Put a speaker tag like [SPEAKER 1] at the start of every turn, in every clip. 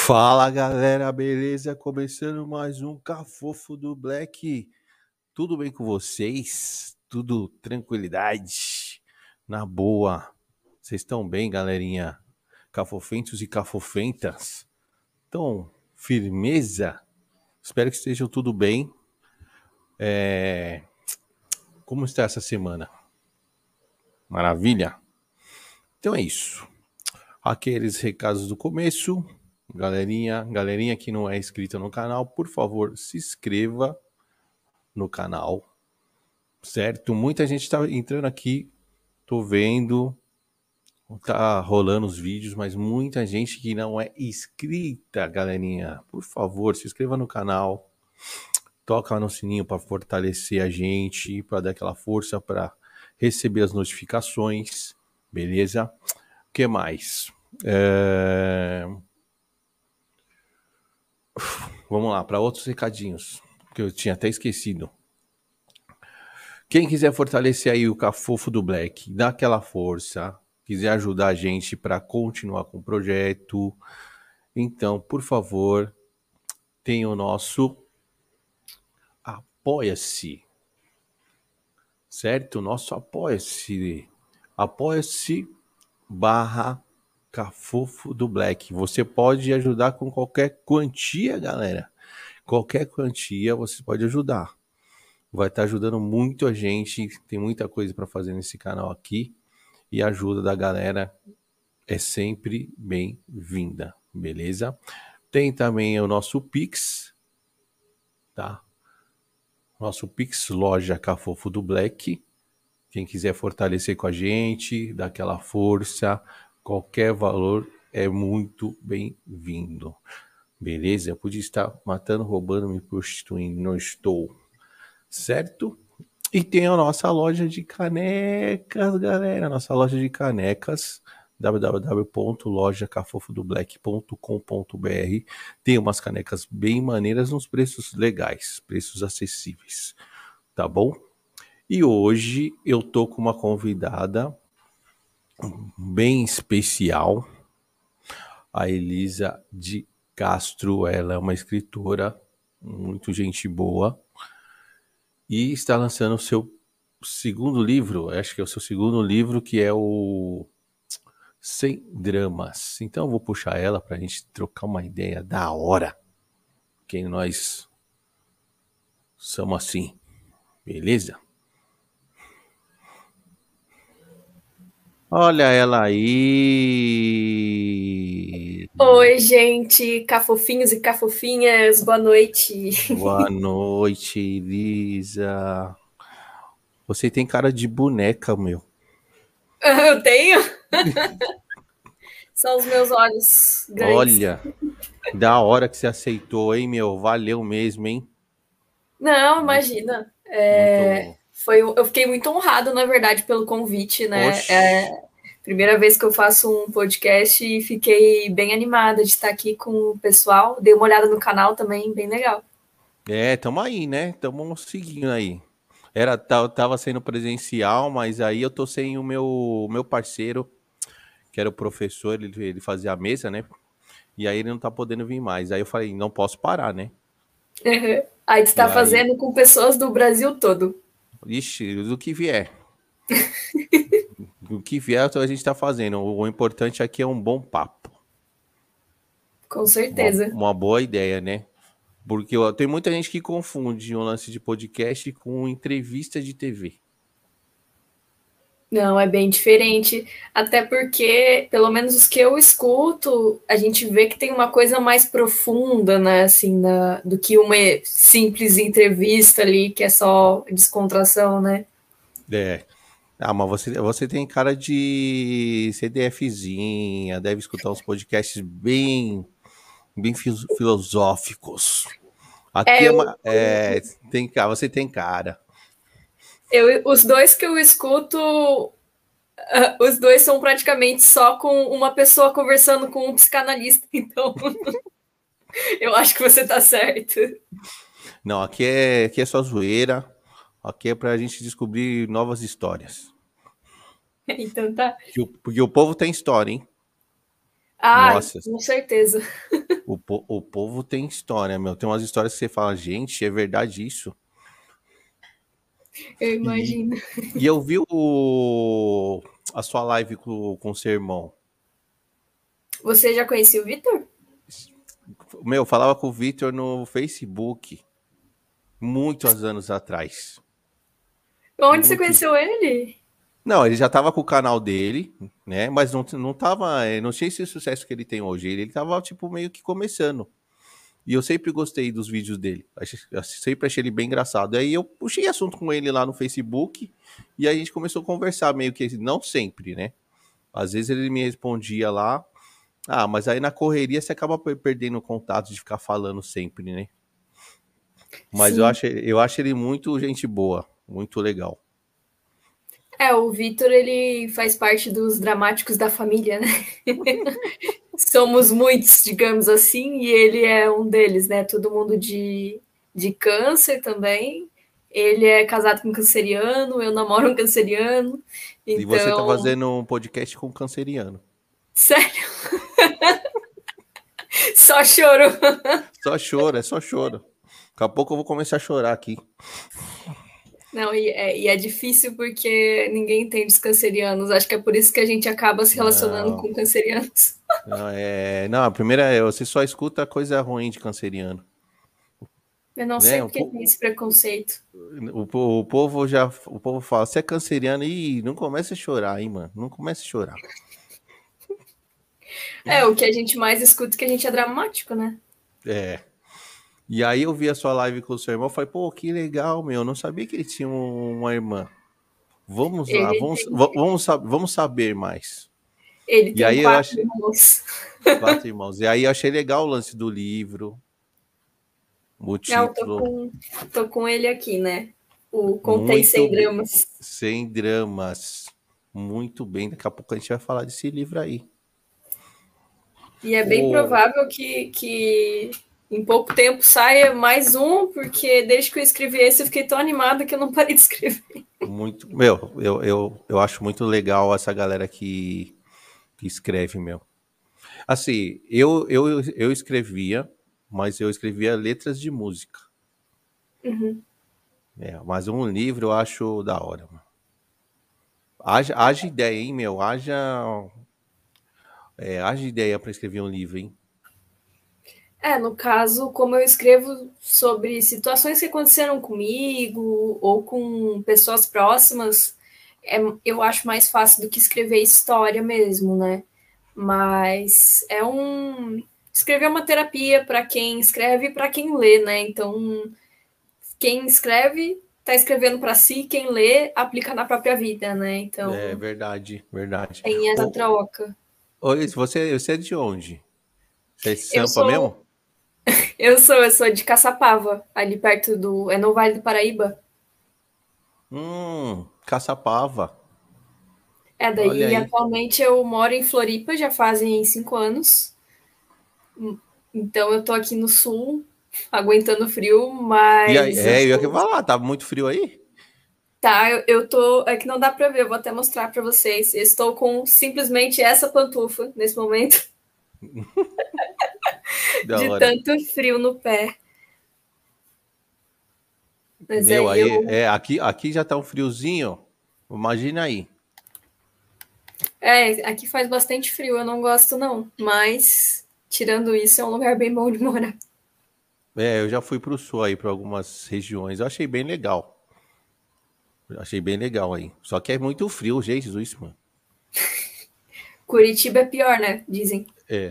[SPEAKER 1] Fala galera, beleza? Começando mais um Cafofo do Black. Tudo bem com vocês? Tudo tranquilidade? Na boa? Vocês estão bem, galerinha? Cafofentos e cafofentas? Então, firmeza? Espero que estejam tudo bem. Como está essa semana? Maravilha? Então é isso. Aqueles recados do começo. Galerinha que não é inscrita no canal, por favor, se inscreva no canal, certo? Muita gente está entrando aqui, tô vendo, tá rolando os vídeos, mas muita gente que não é inscrita, galerinha. Por favor, se inscreva no canal, toca no sininho para fortalecer a gente, para dar aquela força para receber as notificações, beleza? O que mais? Vamos lá, para outros recadinhos, que eu tinha até esquecido. Quem quiser fortalecer aí o Cafofo do Black, dá aquela força, quiser ajudar a gente para continuar com o projeto, então, por favor, tem o nosso Apoia-se, certo? Nosso Apoia-se, apoia-se Cafofo do Black. Você pode ajudar com qualquer quantia, galera. Qualquer quantia você pode ajudar. Vai estar ajudando muito a gente, tem muita coisa para fazer nesse canal aqui. E a ajuda da galera é sempre bem-vinda, beleza? Tem também o nosso Pix, tá? Nosso Pix, loja Cafofo do Black. Quem quiser fortalecer com a gente, dar aquela força, qualquer valor é muito bem-vindo, beleza? Eu podia estar matando, roubando, me prostituindo, não estou, certo? E tem a nossa loja de canecas, galera. Nossa loja de canecas, www.lojacafofodoblack.com.br. Tem umas canecas bem maneiras, nos preços legais, preços acessíveis, tá bom? E hoje eu tô com uma convidada bem especial, a Elisa de Castro. Ela é uma escritora, muito gente boa, e está lançando o seu segundo livro, acho que é o seu segundo livro, que é o Sem Dramas. Então eu vou puxar ela para a gente trocar uma ideia da hora. Quem nós somos assim, beleza? Olha ela aí.
[SPEAKER 2] Oi, gente, cafofinhos e cafofinhas, boa noite.
[SPEAKER 1] Boa noite, Elisa. Você tem cara de boneca, meu.
[SPEAKER 2] Eu tenho? São os meus olhos grandes.
[SPEAKER 1] Olha, da hora que você aceitou, hein, meu? Valeu mesmo, hein?
[SPEAKER 2] Não,
[SPEAKER 1] Muito,
[SPEAKER 2] imagina.
[SPEAKER 1] muito bom.
[SPEAKER 2] Eu fiquei muito honrado, na verdade, pelo convite, né?
[SPEAKER 1] Oxi.
[SPEAKER 2] Primeira vez que eu faço um podcast e fiquei bem animada de estar aqui com o pessoal. Dei uma olhada no canal também, bem legal.
[SPEAKER 1] Tamo aí, né? Tamo seguindo aí. Tava sendo presencial, mas aí eu tô sem o meu parceiro, que era o professor, ele fazia a mesa, né? E aí ele não tá podendo vir mais. Aí eu falei, não posso parar, né?
[SPEAKER 2] Aí tu
[SPEAKER 1] E
[SPEAKER 2] está
[SPEAKER 1] aí,
[SPEAKER 2] fazendo com pessoas do Brasil todo.
[SPEAKER 1] ixi, do que vier. Do que vier, a gente tá fazendo. O importante aqui é um bom papo.
[SPEAKER 2] Com
[SPEAKER 1] Uma,
[SPEAKER 2] certeza.
[SPEAKER 1] uma boa ideia, né? Porque tem muita gente que confunde o lance de podcast com entrevista de TV.
[SPEAKER 2] Não, é bem diferente. Até porque, pelo menos os que eu escuto, a gente vê que tem uma coisa mais profunda, né? Assim, do que uma simples entrevista ali, que é só descontração, né?
[SPEAKER 1] É. Ah, mas você tem cara de CDFzinha, deve escutar uns podcasts bem filosóficos. Aqui
[SPEAKER 2] É,
[SPEAKER 1] é uma. Você tem cara.
[SPEAKER 2] os dois que eu escuto, os dois são praticamente só com uma pessoa conversando com um psicanalista. Então, eu acho que você tá certo.
[SPEAKER 1] Não, aqui é só zoeira. Aqui é pra gente descobrir novas histórias.
[SPEAKER 2] Então tá.
[SPEAKER 1] Porque o povo tem história, hein?
[SPEAKER 2] Ah,
[SPEAKER 1] Nossa,
[SPEAKER 2] com certeza.
[SPEAKER 1] o povo tem história, meu. Tem umas histórias que você fala, gente, é verdade isso?
[SPEAKER 2] Eu
[SPEAKER 1] E,
[SPEAKER 2] imagino.
[SPEAKER 1] e eu vi a sua live com o seu irmão.
[SPEAKER 2] Você já conhecia o Vitor?
[SPEAKER 1] Meu, eu falava com o Victor no Facebook, muitos anos atrás.
[SPEAKER 2] Onde você
[SPEAKER 1] Muitos.
[SPEAKER 2] conheceu ele?
[SPEAKER 1] Não, ele já tava com o canal dele, né? Mas não tava, não tinha esse sucesso que ele tem hoje. Ele tava, tipo, meio que começando. E eu sempre gostei dos vídeos dele. Eu sempre achei ele bem engraçado. Aí eu puxei assunto com ele lá no Facebook e aí a gente começou a conversar, meio que não sempre, né? Às vezes ele me respondia lá. Ah, mas aí na correria você acaba perdendo o contato de ficar falando sempre, né? Mas
[SPEAKER 2] Sim.
[SPEAKER 1] eu acho ele muito gente boa, muito legal.
[SPEAKER 2] É, o Vitor, ele faz parte dos dramáticos da família, né? Somos muitos, digamos assim, e ele é um deles, né? Todo mundo de câncer também. Ele é casado com um canceriano, eu namoro um canceriano.
[SPEAKER 1] E você tá
[SPEAKER 2] Então,
[SPEAKER 1] fazendo um podcast com um canceriano.
[SPEAKER 2] sério, só choro.
[SPEAKER 1] Só choro, é só choro. Daqui a pouco eu vou começar a chorar aqui.
[SPEAKER 2] Não, e é difícil porque ninguém tem dos cancerianos. Acho que é por isso que a gente acaba se relacionando
[SPEAKER 1] Não,
[SPEAKER 2] com cancerianos.
[SPEAKER 1] não, a primeira é, você só escuta coisa ruim de canceriano,
[SPEAKER 2] Eu não
[SPEAKER 1] né?
[SPEAKER 2] sei porque tem esse preconceito.
[SPEAKER 1] O povo fala, você é canceriano e não começa a chorar, hein, mano? Não começa a chorar.
[SPEAKER 2] É, o que a gente mais escuta é que a gente é dramático, né?
[SPEAKER 1] É. E aí eu vi a sua live com o seu irmão, falei, pô, que legal, meu. Eu não sabia que ele tinha uma irmã. Vamos lá,
[SPEAKER 2] Ele tem,
[SPEAKER 1] vamos saber mais.
[SPEAKER 2] ele
[SPEAKER 1] E
[SPEAKER 2] tem
[SPEAKER 1] aí eu
[SPEAKER 2] quatro
[SPEAKER 1] achei
[SPEAKER 2] irmãos.
[SPEAKER 1] quatro irmãos. E aí eu achei legal o lance do livro, o
[SPEAKER 2] Eu
[SPEAKER 1] título,
[SPEAKER 2] tô com ele aqui, né? O Contei
[SPEAKER 1] muito
[SPEAKER 2] Sem Dramas.
[SPEAKER 1] sem dramas. Muito bem. Daqui a pouco a gente vai falar desse livro aí.
[SPEAKER 2] E é bem
[SPEAKER 1] Pô,
[SPEAKER 2] provável que em pouco tempo saia mais um, porque desde que eu escrevi esse eu fiquei tão animada que eu não parei de escrever.
[SPEAKER 1] muito. Meu, eu acho muito legal essa galera que escreve, meu. Assim, eu escrevia, mas eu escrevia letras de música.
[SPEAKER 2] Uhum.
[SPEAKER 1] É, mas um livro eu acho da hora, mano. Haja ideia, hein, meu? Haja ideia pra escrever um livro, hein?
[SPEAKER 2] É, no caso, como eu escrevo sobre situações que aconteceram comigo ou com pessoas próximas, eu acho mais fácil do que escrever história mesmo, né? Mas é um. Escrever é uma terapia para quem escreve e para quem lê, né? Então, quem escreve está escrevendo para si, quem lê aplica na própria vida, né?
[SPEAKER 1] É
[SPEAKER 2] Então,
[SPEAKER 1] verdade, verdade.
[SPEAKER 2] tem essa
[SPEAKER 1] Ô,
[SPEAKER 2] troca.
[SPEAKER 1] você é de onde? Você é de
[SPEAKER 2] Eu
[SPEAKER 1] Sampa
[SPEAKER 2] sou,
[SPEAKER 1] mesmo?
[SPEAKER 2] eu sou de Caçapava, ali perto do. É no Vale do Paraíba.
[SPEAKER 1] Caçapava.
[SPEAKER 2] É,
[SPEAKER 1] Olha
[SPEAKER 2] daí
[SPEAKER 1] aí.
[SPEAKER 2] atualmente eu moro em Floripa, já fazem 5 anos. Então eu tô aqui no sul, aguentando frio,
[SPEAKER 1] E aí,
[SPEAKER 2] mas
[SPEAKER 1] eu ia que falar, tá muito frio aí?
[SPEAKER 2] tá, eu tô. É que não dá pra ver, eu vou até mostrar pra vocês. Eu estou com simplesmente essa pantufa nesse momento,
[SPEAKER 1] Da
[SPEAKER 2] de
[SPEAKER 1] hora.
[SPEAKER 2] tanto frio no pé. Mas
[SPEAKER 1] Meu,
[SPEAKER 2] aí
[SPEAKER 1] aí,
[SPEAKER 2] eu.
[SPEAKER 1] aqui já tá um friozinho. Imagina aí.
[SPEAKER 2] É, aqui faz bastante frio, eu não gosto não. Mas, tirando isso, é um lugar bem bom de morar.
[SPEAKER 1] É, eu já fui pro sul aí, pra algumas regiões. Eu achei bem legal. Eu achei bem legal aí. Só que é muito frio, Jesus, mano.
[SPEAKER 2] Curitiba é pior, né? Dizem.
[SPEAKER 1] É.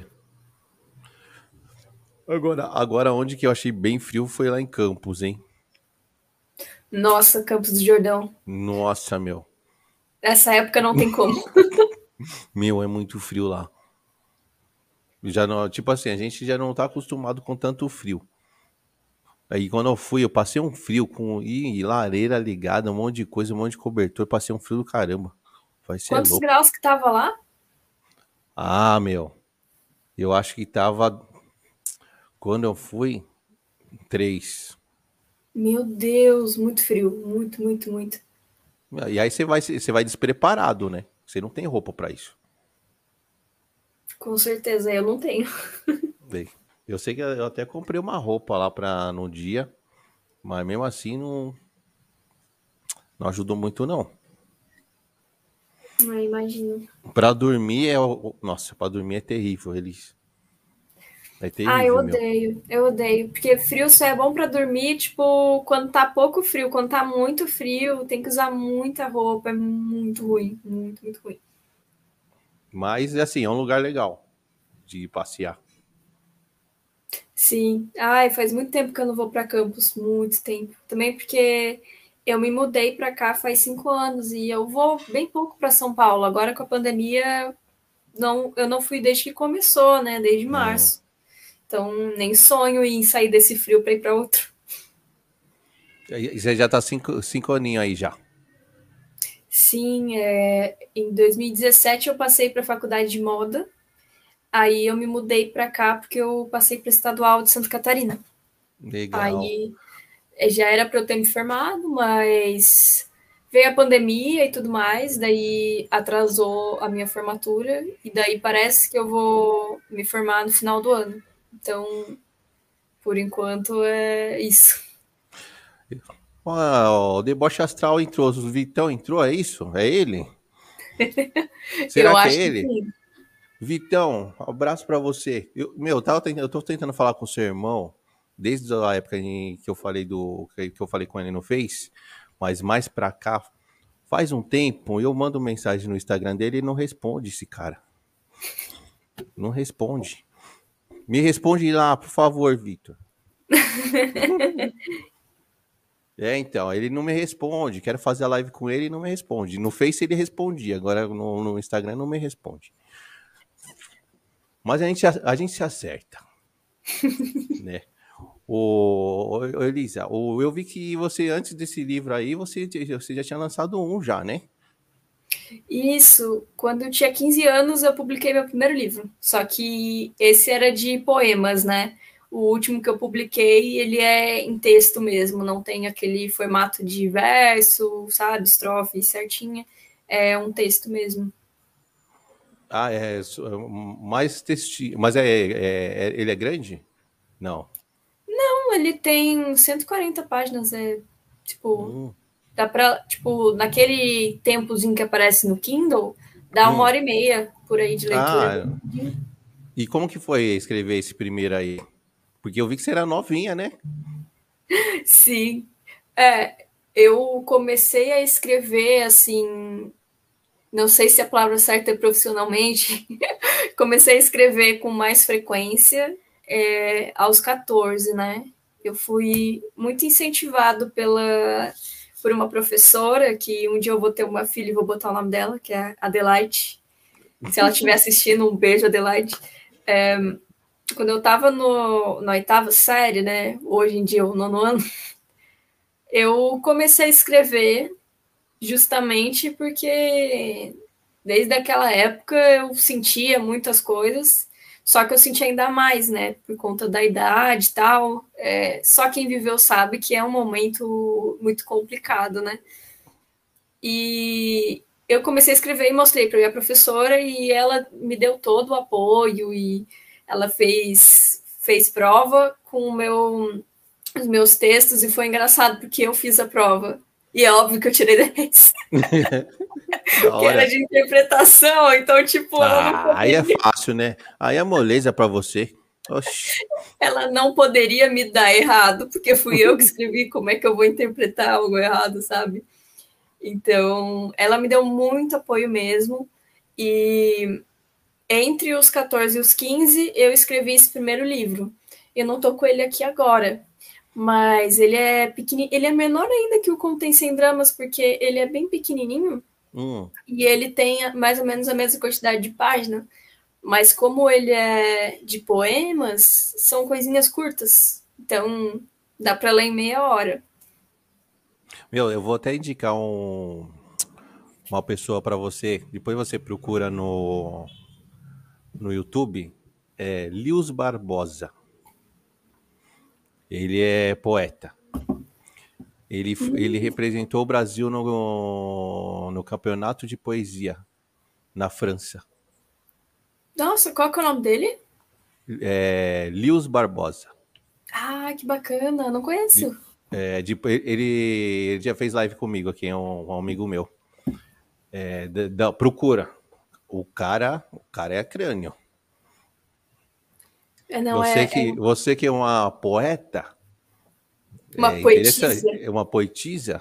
[SPEAKER 1] Agora onde que eu achei bem frio foi lá em Campos, hein?
[SPEAKER 2] Nossa, Campos do Jordão.
[SPEAKER 1] Nossa, meu.
[SPEAKER 2] Essa época não tem como.
[SPEAKER 1] Meu, é muito frio lá. Já não, tipo assim, a gente já não tá acostumado com tanto frio. Aí quando eu fui, eu passei um frio com lareira ligada, um monte de coisa, um monte de cobertor, passei um frio do caramba. Vai ser
[SPEAKER 2] Quantos
[SPEAKER 1] louco.
[SPEAKER 2] graus que tava lá?
[SPEAKER 1] Ah, meu, eu acho que tava, quando eu fui, 3.
[SPEAKER 2] Meu Deus, muito frio. Muito, muito, muito.
[SPEAKER 1] E aí você vai despreparado, né? Você não tem roupa pra isso.
[SPEAKER 2] Com certeza, eu não tenho.
[SPEAKER 1] Bem, eu sei que eu até comprei uma roupa lá para no dia, mas mesmo assim não ajudou muito não.
[SPEAKER 2] Não imagino.
[SPEAKER 1] Para dormir nossa, para dormir é terrível, eles é
[SPEAKER 2] Ah, eu
[SPEAKER 1] terrível, meu.
[SPEAKER 2] odeio, eu odeio. Porque frio só é bom pra dormir, tipo, quando tá pouco frio. Quando tá muito frio, tem que usar muita roupa. É muito ruim, muito, muito ruim.
[SPEAKER 1] Mas assim, é um lugar legal de passear.
[SPEAKER 2] Sim. Ai, faz muito tempo que eu não vou pra campus, muito tempo. Também porque eu me mudei pra cá faz 5 anos e eu vou bem pouco pra São Paulo. Agora com a pandemia, não, eu não fui desde que começou, né? Desde
[SPEAKER 1] Hum.
[SPEAKER 2] março. Então, nem sonho em sair desse frio pra ir pra outro.
[SPEAKER 1] E você já tá cinco aninhos aí já.
[SPEAKER 2] Sim, em 2017 eu passei para a faculdade de moda. Aí eu me mudei para cá porque eu passei para estadual de Santa Catarina.
[SPEAKER 1] Legal.
[SPEAKER 2] Aí já era para eu ter me formado, mas veio a pandemia e tudo mais, daí atrasou a minha formatura e daí parece que eu vou me formar no final do ano. Então, por enquanto é isso.
[SPEAKER 1] O deboche astral entrou, o Vitão entrou, é isso? É ele?
[SPEAKER 2] Eu
[SPEAKER 1] Será que é
[SPEAKER 2] acho que
[SPEAKER 1] ele?
[SPEAKER 2] sim.
[SPEAKER 1] Vitão, um abraço pra você. Eu tô tentando falar com o seu irmão desde a época que eu falei que eu falei com ele no Face, mas mais pra cá, faz um tempo, eu mando mensagem no Instagram dele e não responde esse cara. Não responde. Me responde lá, por favor, Vitor. Então, ele não me responde. Quero fazer a live com ele e não me responde. No Face ele respondia, agora no Instagram não me responde. Mas a gente se acerta, né? Elisa, eu vi que você, antes desse livro aí, você já tinha lançado um já, né?
[SPEAKER 2] Isso, quando eu tinha 15 anos, eu publiquei meu primeiro livro. Só que esse era de poemas, né? O último que eu publiquei, ele é em texto mesmo, não tem aquele formato de verso, sabe? Estrofe certinha. É um texto mesmo.
[SPEAKER 1] Ah, mais textinho. Mas ele é grande? Não.
[SPEAKER 2] Então, ele tem 140 páginas, tipo,
[SPEAKER 1] Hum,
[SPEAKER 2] dá pra, tipo, naquele tempozinho que aparece no Kindle, dá uma
[SPEAKER 1] hum.
[SPEAKER 2] hora e meia por aí de leitura.
[SPEAKER 1] Ah, e como que foi escrever esse primeiro aí? Porque eu vi que você era novinha, né?
[SPEAKER 2] Sim. Eu comecei a escrever assim, não sei se a palavra certa é profissionalmente, comecei a escrever com mais frequência aos 14, né? Eu fui muito incentivado por uma professora que um dia eu vou ter uma filha e vou botar o nome dela, que é a Adelaide. Se ela estiver assistindo, um beijo, Adelaide. Quando eu estava na oitava série, né? Hoje em dia, o nono ano, eu comecei a escrever justamente porque desde aquela época eu sentia muitas coisas, só que eu sentia ainda mais, né, por conta da idade e tal. Só quem viveu sabe que é um momento muito complicado, né? E eu comecei a escrever e mostrei para minha professora e ela me deu todo o apoio e ela fez prova com os meus textos e foi engraçado porque eu fiz a prova. E é óbvio que eu tirei 10.
[SPEAKER 1] Da
[SPEAKER 2] Que era
[SPEAKER 1] hora.
[SPEAKER 2] de interpretação, então, tipo,
[SPEAKER 1] Ah, aí é fácil, né? Aí é moleza pra você. Oxi.
[SPEAKER 2] ela não poderia me dar errado, porque fui eu que escrevi, como é que eu vou interpretar algo errado, sabe? Então, ela me deu muito apoio mesmo, e entre os 14 e os 15, eu escrevi esse primeiro livro. Eu não tô com ele aqui agora, mas ele é pequenininho, ele é menor ainda que o Contem Sem Dramas, porque ele é bem pequenininho,
[SPEAKER 1] Hum.
[SPEAKER 2] e ele tem mais ou menos a mesma quantidade de página. Mas como ele é de poemas, são coisinhas curtas. Então, dá para ler em meia hora.
[SPEAKER 1] Meu, eu vou até indicar uma pessoa pra você. Depois você procura no YouTube. É Lius Barbosa. Ele é poeta. Ele representou o Brasil no campeonato de poesia na França.
[SPEAKER 2] Nossa, qual que é o nome dele?
[SPEAKER 1] Lius Barbosa.
[SPEAKER 2] Ah, que bacana, não
[SPEAKER 1] Li-
[SPEAKER 2] conheço.
[SPEAKER 1] ele já fez live comigo aqui, é um amigo meu. Procura. O cara é crânio.
[SPEAKER 2] Não,
[SPEAKER 1] Você que é uma poeta,
[SPEAKER 2] uma
[SPEAKER 1] é interessante,
[SPEAKER 2] poetisa.
[SPEAKER 1] é uma poetisa,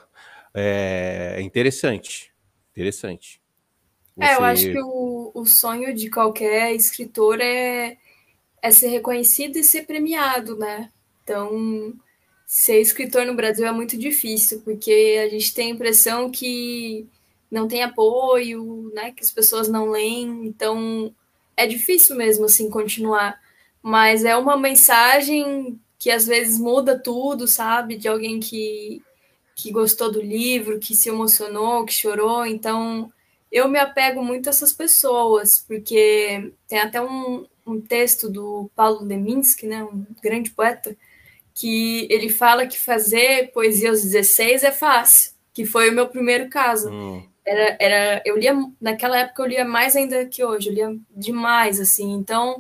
[SPEAKER 1] é interessante. Interessante.
[SPEAKER 2] Eu acho que
[SPEAKER 1] Você.
[SPEAKER 2] o sonho de qualquer escritor é ser reconhecido e ser premiado, né? Então, ser escritor no Brasil é muito difícil, porque a gente tem a impressão que não tem apoio, né? Que as pessoas não leem, então é difícil mesmo assim continuar. Mas é uma mensagem que às vezes muda tudo, sabe? De alguém que gostou do livro, que se emocionou, que chorou. Então, eu me apego muito a essas pessoas, porque tem até um texto do Paulo Leminski, né, um grande poeta, que ele fala que fazer poesia aos 16 é fácil, que foi o meu primeiro caso.
[SPEAKER 1] Hum,
[SPEAKER 2] Eu lia, naquela época eu lia mais ainda que hoje, eu lia demais, assim. Então,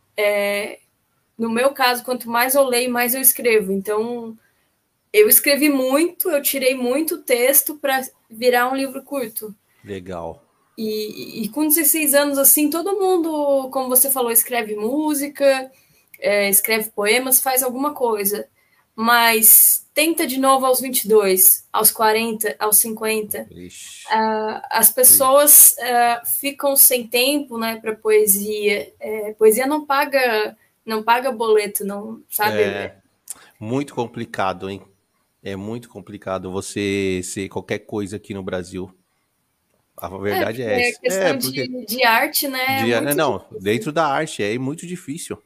[SPEAKER 2] no meu caso, quanto mais eu leio, mais eu escrevo. Então, eu escrevi muito, eu tirei muito texto para virar um livro curto.
[SPEAKER 1] legal.
[SPEAKER 2] E com 16 anos, assim, todo mundo, como você falou, escreve música, escreve poemas, faz alguma coisa. Mas tenta de novo aos 22, aos 40, aos 50.
[SPEAKER 1] Ixi,
[SPEAKER 2] As pessoas ficam sem tempo, né, para poesia. Poesia não paga boleto, não, sabe?
[SPEAKER 1] é muito complicado, hein? É muito complicado você ser qualquer coisa aqui no Brasil. A verdade
[SPEAKER 2] Porque
[SPEAKER 1] é
[SPEAKER 2] é
[SPEAKER 1] essa. É,
[SPEAKER 2] questão
[SPEAKER 1] porque
[SPEAKER 2] de arte, né, é muito
[SPEAKER 1] não,
[SPEAKER 2] difícil.
[SPEAKER 1] dentro da arte é muito difícil.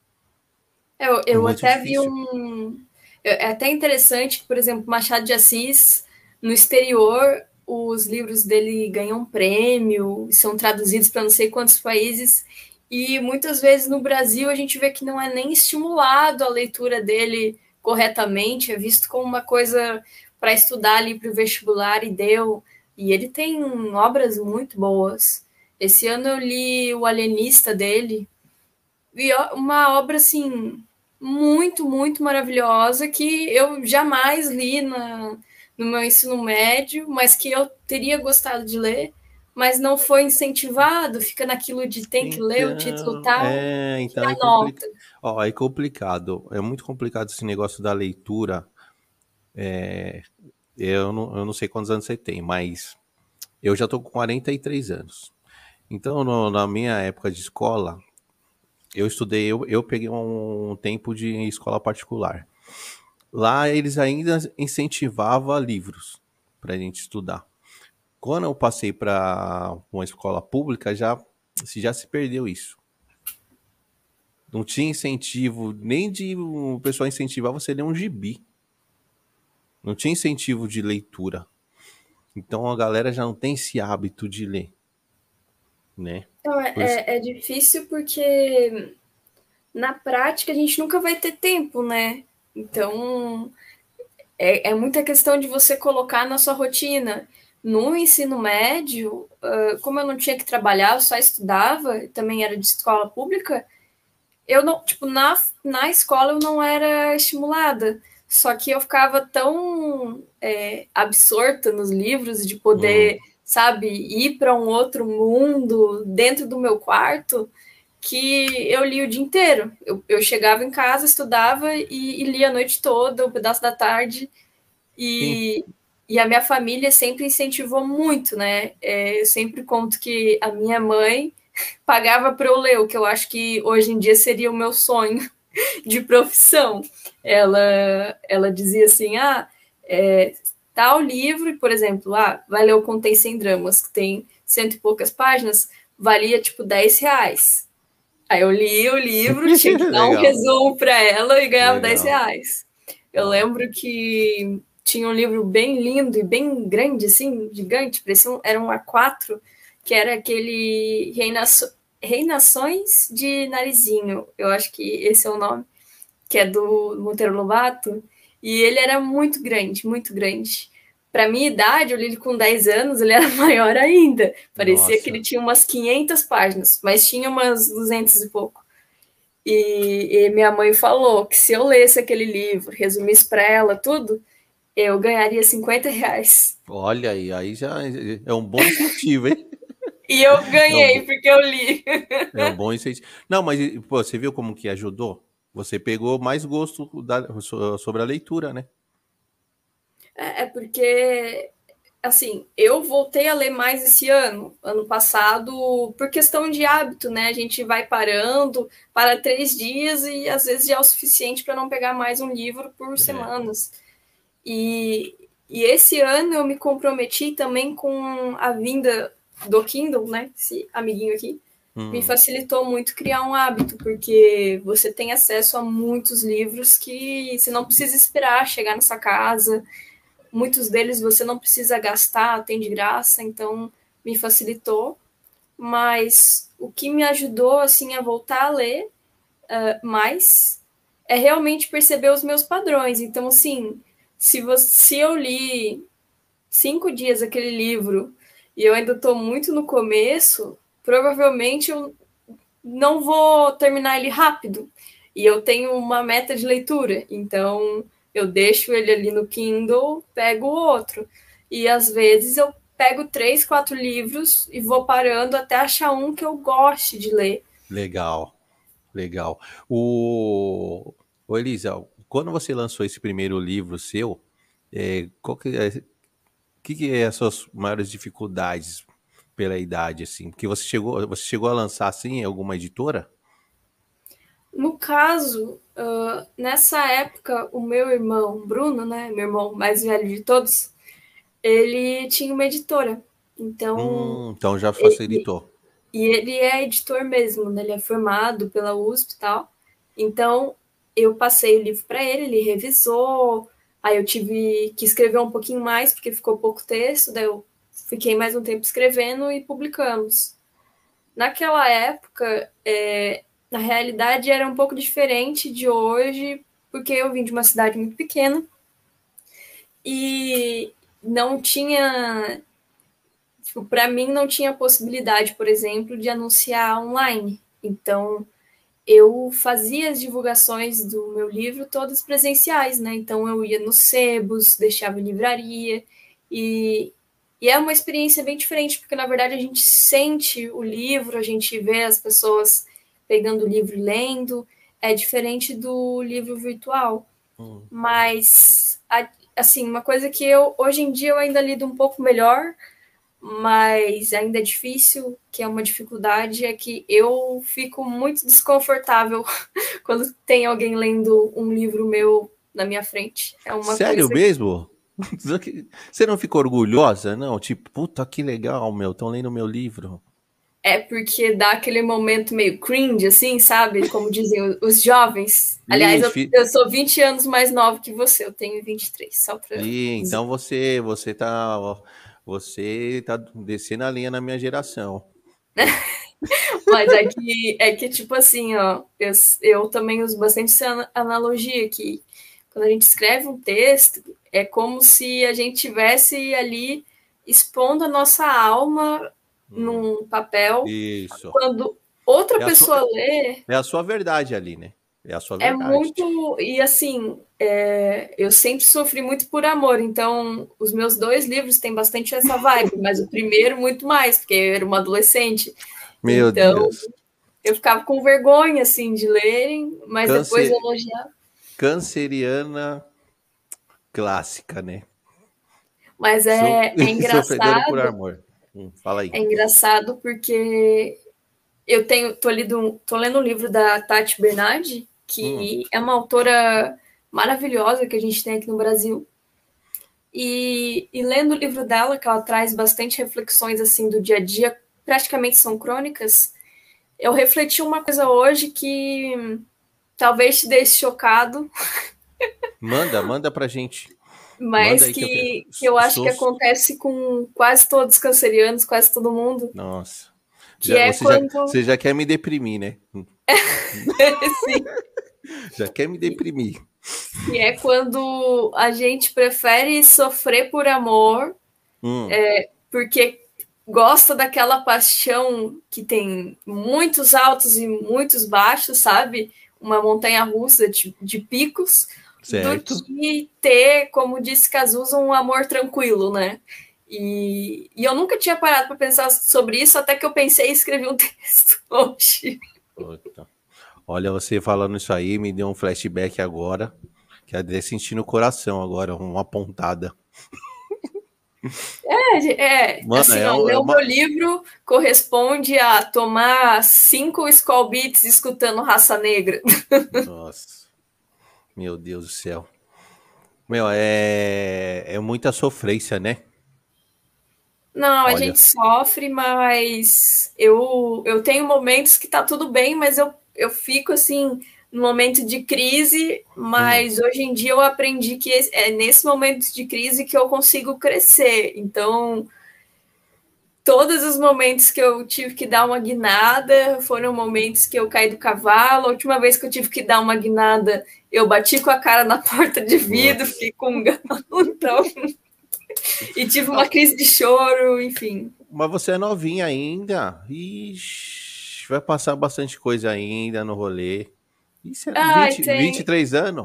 [SPEAKER 2] Eu
[SPEAKER 1] Muito
[SPEAKER 2] até vi
[SPEAKER 1] difícil.
[SPEAKER 2] um. É até interessante que, por exemplo, Machado de Assis, no exterior, os livros dele ganham prêmio, são traduzidos para não sei quantos países, e muitas vezes no Brasil a gente vê que não é nem estimulado a leitura dele corretamente, é visto como uma coisa para estudar ali para o vestibular e deu. E ele tem obras muito boas. Esse ano eu li O Alienista dele, e uma obra assim muito, muito maravilhosa que eu jamais li no meu ensino médio, mas que eu teria gostado de ler, mas não foi incentivado, fica naquilo de tem que ler o título
[SPEAKER 1] Então,
[SPEAKER 2] tal,
[SPEAKER 1] então
[SPEAKER 2] tira nota.
[SPEAKER 1] é complicado. É muito complicado esse negócio da leitura. Eu não sei quantos anos você tem, mas eu já tô com 43 anos. Então, na minha época de escola, eu peguei um tempo de escola particular. Lá eles ainda incentivavam livros para a gente estudar. Quando eu passei para uma escola pública, já se perdeu isso. Não tinha incentivo nem de o pessoal incentivar você a ler um gibi. Não tinha incentivo de leitura. Então a galera já não tem esse hábito de ler, né?
[SPEAKER 2] Então,
[SPEAKER 1] Por isso,
[SPEAKER 2] é difícil porque na prática a gente nunca vai ter tempo, né? Então, é muita questão de você colocar na sua rotina. No ensino médio, como eu não tinha que trabalhar, eu só estudava, também era de escola pública, eu não, tipo, na escola eu não era estimulada. Só que eu ficava tão absorta nos livros de
[SPEAKER 1] hum,
[SPEAKER 2] poder, sabe, ir para um outro mundo dentro do meu quarto, que eu li o dia inteiro. Eu chegava em casa, estudava e lia a noite toda, um pedaço da tarde,
[SPEAKER 1] sim,
[SPEAKER 2] e, e a minha família sempre incentivou muito, né? Eu sempre conto que a minha mãe pagava para eu ler, o que eu acho que hoje em dia seria o meu sonho de profissão. Ela dizia assim: tal livro, por exemplo, vai ler o Contém Sem Dramas, que tem cento e poucas páginas, valia tipo R$ 10. Aí eu li o livro, tinha que dar um
[SPEAKER 1] legal,
[SPEAKER 2] resumo para ela e ganhava 10
[SPEAKER 1] legal.
[SPEAKER 2] reais. Eu
[SPEAKER 1] Ó,
[SPEAKER 2] lembro que tinha um livro bem lindo e bem grande, assim, gigante, parecia era um A4, que era aquele Reinações de Narizinho, eu acho que esse é o nome, que é do Monteiro Lobato, e ele era muito grande, muito grande. para minha idade, eu li ele com 10 anos, ele era maior ainda. Parecia que ele
[SPEAKER 1] Nossa.
[SPEAKER 2] tinha umas 500 páginas, mas tinha umas 200 e pouco. E minha mãe falou que se eu lesse aquele livro, resumisse para ela tudo, eu ganharia R$ 50.
[SPEAKER 1] Olha aí já é um bom incentivo, hein?
[SPEAKER 2] E eu
[SPEAKER 1] É um
[SPEAKER 2] ganhei,
[SPEAKER 1] bom,
[SPEAKER 2] porque eu li.
[SPEAKER 1] é um bom incentivo. Não, mas pô, você viu como que ajudou? Você pegou mais gosto sobre a leitura, né?
[SPEAKER 2] É porque, assim, eu voltei a ler mais esse ano. Ano passado, por questão de hábito, né? A gente vai parando, para 3 dias e às vezes já é o suficiente para não pegar mais um livro por
[SPEAKER 1] É,
[SPEAKER 2] semanas. E esse ano eu me comprometi também com a vinda do Kindle, né? Esse amiguinho aqui. Me
[SPEAKER 1] hum,
[SPEAKER 2] facilitou muito criar um hábito, porque você tem acesso a muitos livros que você não precisa esperar chegar na sua casa. Muitos deles você não precisa gastar, tem de graça, então me facilitou. Mas o que me ajudou assim a voltar a ler mais é realmente perceber os meus padrões. Então, assim, se eu li 5 dias aquele livro e eu ainda estou muito no começo, provavelmente eu não vou terminar ele rápido. E eu tenho uma meta de leitura, então eu deixo ele ali no Kindle, pego o outro. E às vezes eu pego 3, 4 livros e vou parando até achar um que eu goste de ler.
[SPEAKER 1] legal, legal. O Elisa, quando você lançou esse primeiro livro seu, qual que é as suas maiores dificuldades pela idade, assim? Porque você chegou a lançar assim em alguma editora?
[SPEAKER 2] No caso, nessa época, o meu irmão, Bruno, né, meu irmão mais velho de todos, ele tinha uma editora. Então,
[SPEAKER 1] Então já
[SPEAKER 2] e,
[SPEAKER 1] facilitou.
[SPEAKER 2] e ele é editor mesmo, né? Ele é formado pela USP e tal. Então, eu passei o livro para ele, ele revisou. Aí eu tive que escrever um pouquinho mais, porque ficou pouco texto. Daí eu fiquei mais um tempo escrevendo e publicamos. Naquela época, na realidade, era um pouco diferente de hoje, porque eu vim de uma cidade muito pequena e não tinha, tipo, para mim não tinha possibilidade, por exemplo, de anunciar online. Então, eu fazia as divulgações do meu livro todas presenciais, né? Então, eu ia nos sebos, deixava em livraria e é uma experiência bem diferente, porque na verdade a gente sente o livro, a gente vê as pessoas pegando o livro e lendo, é diferente do livro virtual.
[SPEAKER 1] Hum.
[SPEAKER 2] Mas, assim, uma coisa que hoje em dia eu ainda lido um pouco melhor, mas ainda é difícil, que é uma dificuldade, é que eu fico muito desconfortável quando tem alguém lendo um livro meu na minha frente. É uma
[SPEAKER 1] Sério
[SPEAKER 2] coisa que
[SPEAKER 1] mesmo? Você não ficou orgulhosa? Não, tipo, puta que legal, meu, estão lendo meu livro.
[SPEAKER 2] é porque dá aquele momento meio cringe, assim, sabe? Como dizem os jovens. Aliás, eu,
[SPEAKER 1] Ixi,
[SPEAKER 2] eu sou 20 anos mais nova que você, eu tenho 23, só pra dizer.
[SPEAKER 1] então você tá descendo a linha na minha geração.
[SPEAKER 2] Mas é que tipo assim, ó, eu também uso bastante essa analogia que quando a gente escreve um texto, é como se a gente tivesse ali expondo a nossa alma
[SPEAKER 1] Hum,
[SPEAKER 2] num papel.
[SPEAKER 1] isso.
[SPEAKER 2] Quando outra
[SPEAKER 1] É a sua,
[SPEAKER 2] pessoa lê,
[SPEAKER 1] é a sua verdade ali, né? É a sua
[SPEAKER 2] é
[SPEAKER 1] verdade.
[SPEAKER 2] muito. E assim, eu sempre sofri muito por amor, então os meus 2 livros têm bastante essa vibe, mas o primeiro muito mais, porque eu era uma adolescente.
[SPEAKER 1] Meu
[SPEAKER 2] Então,
[SPEAKER 1] Deus.
[SPEAKER 2] eu ficava com vergonha, assim, de lerem, mas depois
[SPEAKER 1] Câncer,
[SPEAKER 2] elogiar.
[SPEAKER 1] canceriana clássica, né?
[SPEAKER 2] Mas
[SPEAKER 1] So-
[SPEAKER 2] é
[SPEAKER 1] Sofredora por
[SPEAKER 2] engraçado,
[SPEAKER 1] amor. Fala aí.
[SPEAKER 2] é engraçado porque tô lendo um livro da Tati Bernardi,
[SPEAKER 1] Hum,
[SPEAKER 2] que é uma autora maravilhosa que a gente tem aqui no Brasil. E lendo o livro dela, que ela traz bastante reflexões assim do dia a dia, praticamente são crônicas, eu refleti uma coisa hoje que talvez te deixe chocado,
[SPEAKER 1] manda pra gente. Manda
[SPEAKER 2] mas
[SPEAKER 1] aí que eu quero.
[SPEAKER 2] que eu acho que acontece com quase todos os cancerianos, quase todo mundo,
[SPEAKER 1] Nossa.
[SPEAKER 2] que é quando
[SPEAKER 1] Você já quer me deprimir, né?
[SPEAKER 2] sim,
[SPEAKER 1] Já quer me deprimir.
[SPEAKER 2] que é quando a gente prefere sofrer por amor,
[SPEAKER 1] Hum,
[SPEAKER 2] porque gosta daquela paixão que tem muitos altos e muitos baixos, sabe? Uma montanha russa de picos, do
[SPEAKER 1] certo.
[SPEAKER 2] que ter, como disse Cazuza, um amor tranquilo, né? E eu nunca tinha parado para pensar sobre isso, até que eu pensei e escrevi um texto hoje.
[SPEAKER 1] Puta. Olha, você falando isso aí, me deu um flashback agora, que até senti no coração agora, uma pontada. Mano,
[SPEAKER 2] Assim, ó, ler
[SPEAKER 1] é
[SPEAKER 2] o meu
[SPEAKER 1] uma.
[SPEAKER 2] livro corresponde a tomar 5 Skol Beats escutando Raça Negra.
[SPEAKER 1] Nossa, meu Deus do céu. Meu, é muita sofrência, né?
[SPEAKER 2] Não, a
[SPEAKER 1] Olha.
[SPEAKER 2] gente sofre, mas eu tenho momentos que tá tudo bem, mas eu fico assim, no momento de crise,
[SPEAKER 1] Hum.
[SPEAKER 2] mas hoje em dia eu aprendi que é nesse momento de crise que eu consigo crescer. Então, todos os momentos que eu tive que dar uma guinada foram momentos que eu caí do cavalo. A última vez que eu tive que dar uma guinada, eu bati com a cara na porta de vidro,
[SPEAKER 1] Nossa.
[SPEAKER 2] fiquei com um galo, então, e tive uma
[SPEAKER 1] Ah,
[SPEAKER 2] crise de choro, enfim.
[SPEAKER 1] mas você é novinha ainda. Ixi, vai passar bastante coisa ainda no rolê. Isso é
[SPEAKER 2] Ai,
[SPEAKER 1] 23 anos?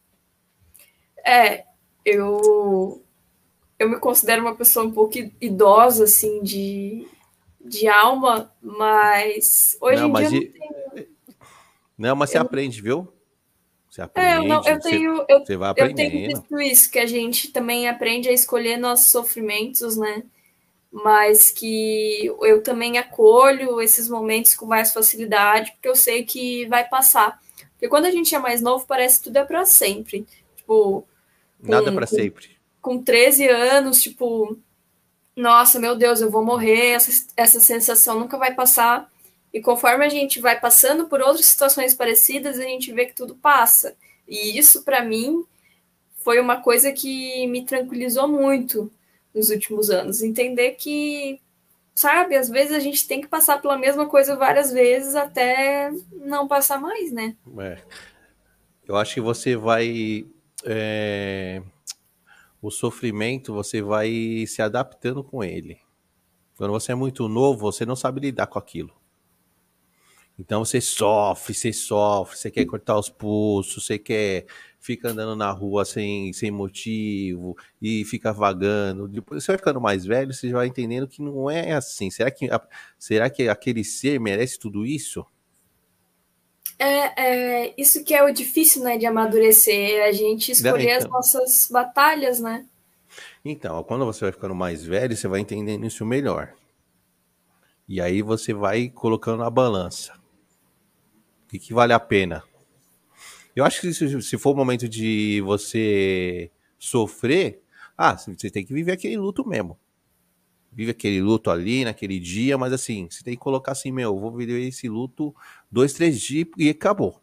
[SPEAKER 2] é, eu eu me considero uma pessoa um pouco idosa, assim, de alma, mas hoje
[SPEAKER 1] Não,
[SPEAKER 2] em dia
[SPEAKER 1] mas,
[SPEAKER 2] eu não tenho.
[SPEAKER 1] não, mas você
[SPEAKER 2] Eu não,
[SPEAKER 1] aprende, viu? Você
[SPEAKER 2] eu não,
[SPEAKER 1] aprende, você vai
[SPEAKER 2] eu tenho
[SPEAKER 1] aprendendo.
[SPEAKER 2] visto isso, que a gente também aprende a escolher nossos sofrimentos, né? Mas que eu também acolho esses momentos com mais facilidade, porque eu sei que vai passar. Porque quando a gente é mais novo, parece que tudo é para sempre. Tipo,
[SPEAKER 1] Nada
[SPEAKER 2] com,
[SPEAKER 1] pra
[SPEAKER 2] com,
[SPEAKER 1] sempre.
[SPEAKER 2] com 13 anos, tipo, nossa, meu Deus, eu vou morrer, essa sensação nunca vai passar. E conforme a gente vai passando por outras situações parecidas, a gente vê que tudo passa. E isso, para mim, foi uma coisa que me tranquilizou muito nos últimos anos. Entender que, sabe, às vezes a gente tem que passar pela mesma coisa várias vezes até não passar mais, né?
[SPEAKER 1] É. Eu acho que você vai. é, O sofrimento, você vai se adaptando com ele. Quando você é muito novo, você não sabe lidar com aquilo. Então você quer cortar os pulsos, você quer fica andando na rua sem motivo e fica vagando. Depois você vai ficando mais velho, você já vai entendendo que não é assim. Será que aquele ser merece tudo isso?
[SPEAKER 2] Isso que é o difícil, né, de amadurecer, é a gente
[SPEAKER 1] Né?
[SPEAKER 2] escolher as nossas batalhas, né?
[SPEAKER 1] Então, quando você vai ficando mais velho, você vai entendendo isso melhor. E aí você vai colocando na balança. O que vale a pena? Eu acho que se for o momento de você sofrer, você tem que viver aquele luto mesmo. Vive aquele luto ali, naquele dia, mas assim, você tem que colocar assim, meu, eu vou viver esse luto 2, 3 dias e acabou.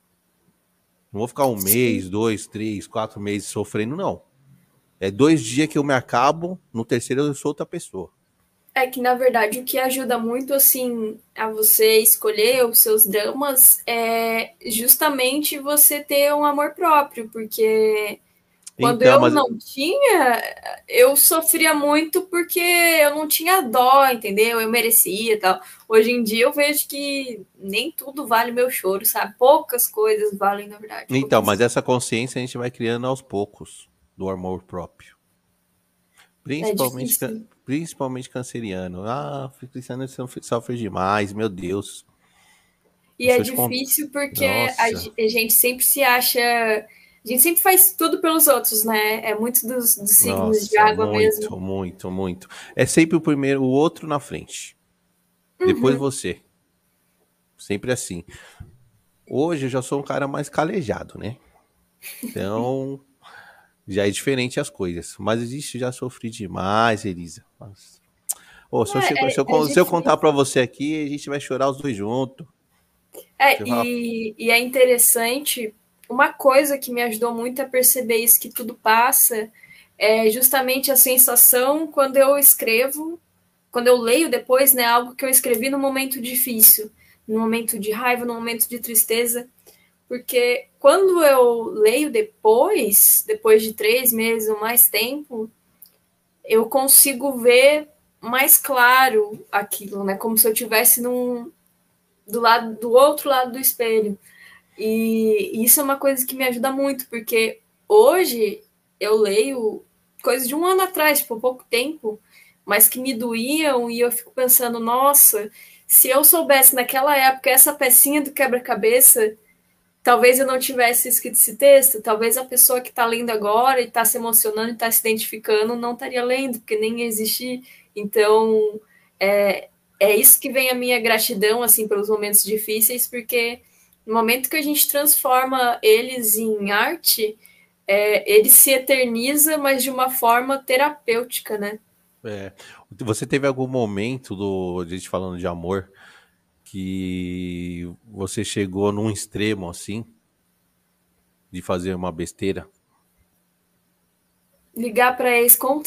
[SPEAKER 1] Não vou ficar um
[SPEAKER 2] Sim.
[SPEAKER 1] mês, 2, 3, 4 meses sofrendo, não. É 2 dias que eu me acabo, no terceiro eu sou outra pessoa.
[SPEAKER 2] É que, na verdade, o que ajuda muito, assim, a você escolher os seus dramas é justamente você ter um amor próprio, porque quando
[SPEAKER 1] Então,
[SPEAKER 2] eu
[SPEAKER 1] mas
[SPEAKER 2] não tinha, eu sofria muito porque eu não tinha dó, entendeu? Eu merecia e tal. Hoje em dia eu vejo que nem tudo vale meu choro, sabe? Poucas coisas valem, na verdade,
[SPEAKER 1] mas
[SPEAKER 2] pouquíssimas.
[SPEAKER 1] essa consciência a gente vai criando aos poucos do amor próprio.
[SPEAKER 2] É
[SPEAKER 1] Principalmente,
[SPEAKER 2] difícil.
[SPEAKER 1] principalmente canceriano. Cristiano sofre demais, meu Deus.
[SPEAKER 2] E
[SPEAKER 1] Se
[SPEAKER 2] é
[SPEAKER 1] eu te contar.
[SPEAKER 2] difícil porque
[SPEAKER 1] Nossa,
[SPEAKER 2] a gente sempre se acha. A gente sempre faz tudo pelos outros, né? É muito dos signos de
[SPEAKER 1] nossa,
[SPEAKER 2] água mesmo.
[SPEAKER 1] muito, muito, muito. É sempre o primeiro, o outro na frente. Depois
[SPEAKER 2] Uhum.
[SPEAKER 1] você. Sempre assim. Hoje eu já sou um cara mais calejado, né? Então, já é diferente as coisas. Mas existe, já sofri demais, Elisa. Nossa. Ô,
[SPEAKER 2] É
[SPEAKER 1] se eu contar
[SPEAKER 2] difícil.
[SPEAKER 1] pra você aqui, a gente vai chorar os dois juntos. Você vai falar,
[SPEAKER 2] E é interessante. Uma coisa que me ajudou muito a perceber isso, que tudo passa, é justamente a sensação quando eu escrevo, quando eu leio depois, né, algo que eu escrevi num momento difícil, num momento de raiva, num momento de tristeza. porque quando eu leio depois de 3 meses ou mais tempo, eu consigo ver mais claro aquilo, né? Como se eu estivesse do outro lado do espelho. E isso é uma coisa que me ajuda muito, porque hoje eu leio coisas de um ano atrás, tipo, pouco tempo, mas que me doíam e eu fico pensando, nossa, se eu soubesse naquela época essa pecinha do quebra-cabeça, talvez eu não tivesse escrito esse texto, talvez a pessoa que está lendo agora e está se emocionando e está se identificando não estaria lendo, porque nem ia existir. Então, é isso que vem a minha gratidão, assim, pelos momentos difíceis, porque no momento que a gente transforma eles em arte, ele se eterniza, mas de uma forma terapêutica, né?
[SPEAKER 1] É. Você teve algum momento a gente falando de amor que você chegou num extremo assim de fazer uma besteira?
[SPEAKER 2] Ligar para ex-conta.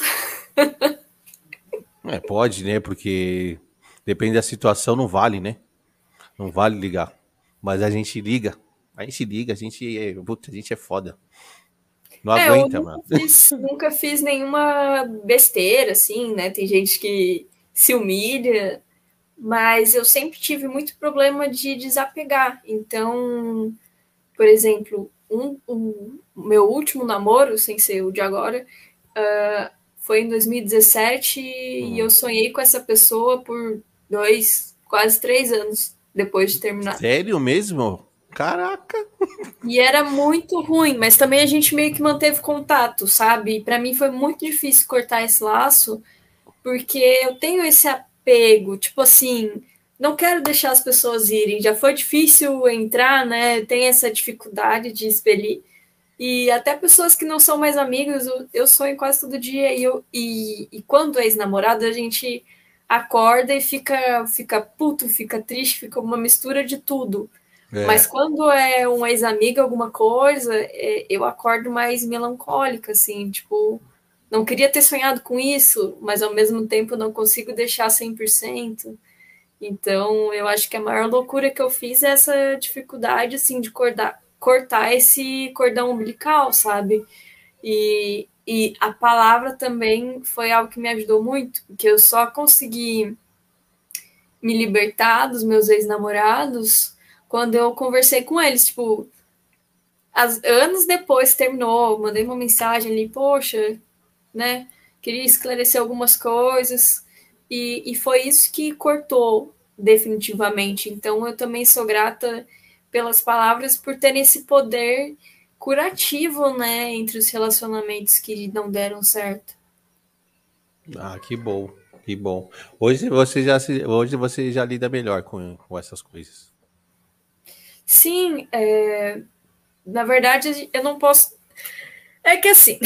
[SPEAKER 1] É, pode, né? Porque depende da situação, não vale, né? Não vale ligar. Mas a gente liga. Putz, a gente é foda. Não
[SPEAKER 2] Eu
[SPEAKER 1] aguenta,
[SPEAKER 2] nunca
[SPEAKER 1] mano.
[SPEAKER 2] nunca fiz nenhuma besteira, assim, né? Tem gente que se humilha, mas eu sempre tive muito problema de desapegar. Então, por exemplo, o meu último namoro, sem ser o de agora, foi em 2017 e
[SPEAKER 1] Hum.
[SPEAKER 2] eu sonhei com essa pessoa por 2, quase 3 anos depois de terminar.
[SPEAKER 1] Sério mesmo? Caraca.
[SPEAKER 2] E era muito ruim, mas também a gente meio que manteve contato, sabe? Para mim foi muito difícil cortar esse laço, porque eu tenho esse apego, tipo assim, não quero deixar as pessoas irem. Já foi difícil entrar, né? Tem essa dificuldade de expelir. E até pessoas que não são mais amigos, eu sonho quase todo dia. E quando é ex-namorado, a gente acorda e fica puto, fica triste, fica uma mistura de tudo. Mas
[SPEAKER 1] É.
[SPEAKER 2] quando é um ex-amigo, alguma coisa, eu acordo mais melancólica, assim, tipo, não queria ter sonhado com isso, mas ao mesmo tempo não consigo deixar 100%. Então, eu acho que a maior loucura que eu fiz é essa dificuldade, assim, de cortar esse cordão umbilical, sabe? E a palavra também foi algo que me ajudou muito, porque eu só consegui me libertar dos meus ex-namorados quando eu conversei com eles, tipo, anos depois terminou, mandei uma mensagem ali, poxa, né? Queria esclarecer algumas coisas e foi isso que cortou definitivamente. Então eu também sou grata pelas palavras por terem esse poder curativo, né, entre os relacionamentos que não deram certo.
[SPEAKER 1] Ah, que bom. Que bom. Hoje você já lida melhor com essas coisas.
[SPEAKER 2] Sim, na verdade eu não posso. É que assim,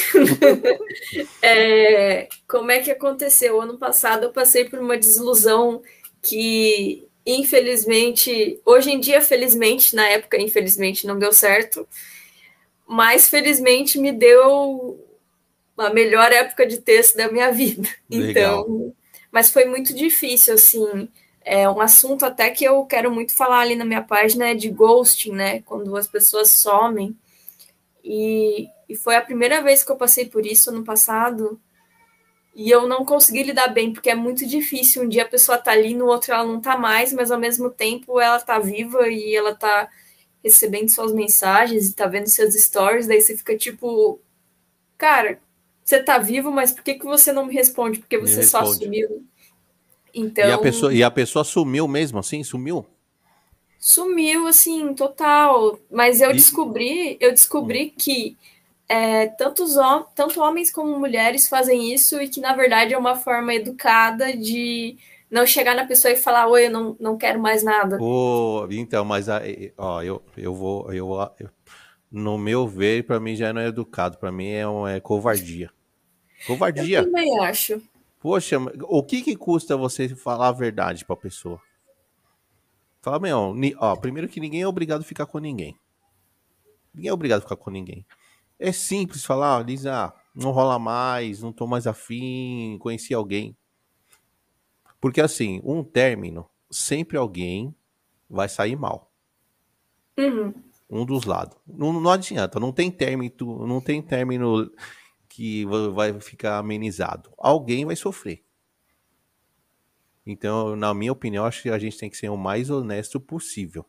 [SPEAKER 2] como é que aconteceu? Ano passado eu passei por uma desilusão que, infelizmente, hoje em dia, felizmente, na época, infelizmente, não deu certo, mas felizmente me deu a melhor época de texto da minha vida.
[SPEAKER 1] Legal.
[SPEAKER 2] Então, mas foi muito difícil, assim. É um assunto até que eu quero muito falar ali na minha página é de ghosting, né? Quando as pessoas somem. E foi a primeira vez que eu passei por isso ano passado. E eu não consegui lidar bem, porque é muito difícil. Um dia a pessoa tá ali, no outro ela não tá mais, mas ao mesmo tempo ela tá viva e ela tá recebendo suas mensagens e tá vendo seus stories. Daí você fica tipo, cara, você tá vivo, mas por que, que você não me responde? Porque
[SPEAKER 1] Me
[SPEAKER 2] você só
[SPEAKER 1] responde.
[SPEAKER 2] sumiu. Então,
[SPEAKER 1] E a pessoa sumiu mesmo assim? Sumiu?
[SPEAKER 2] sumiu assim, total. Mas
[SPEAKER 1] E,
[SPEAKER 2] eu
[SPEAKER 1] hum.
[SPEAKER 2] descobri que tanto homens como mulheres fazem isso e que, na verdade, é uma forma educada de não chegar na pessoa e falar, oi, eu não quero mais nada.
[SPEAKER 1] Então, ó, no meu ver, pra mim já não é educado, pra mim é covardia.
[SPEAKER 2] Eu
[SPEAKER 1] Covardia.
[SPEAKER 2] também acho.
[SPEAKER 1] Poxa, o que que custa você falar a verdade pra pessoa? Fala, meu, ó, primeiro que ninguém é obrigado a ficar com ninguém. Ninguém é obrigado a ficar com ninguém. É simples falar, ó, Lisa, não rola mais, não tô mais afim, conheci alguém. Porque assim, um término, sempre alguém vai sair mal.
[SPEAKER 2] Uhum.
[SPEAKER 1] Um dos lados. Não adianta, não tem término que vai ficar amenizado. Alguém vai sofrer. Então, na minha opinião, acho que a gente tem que ser o mais honesto possível.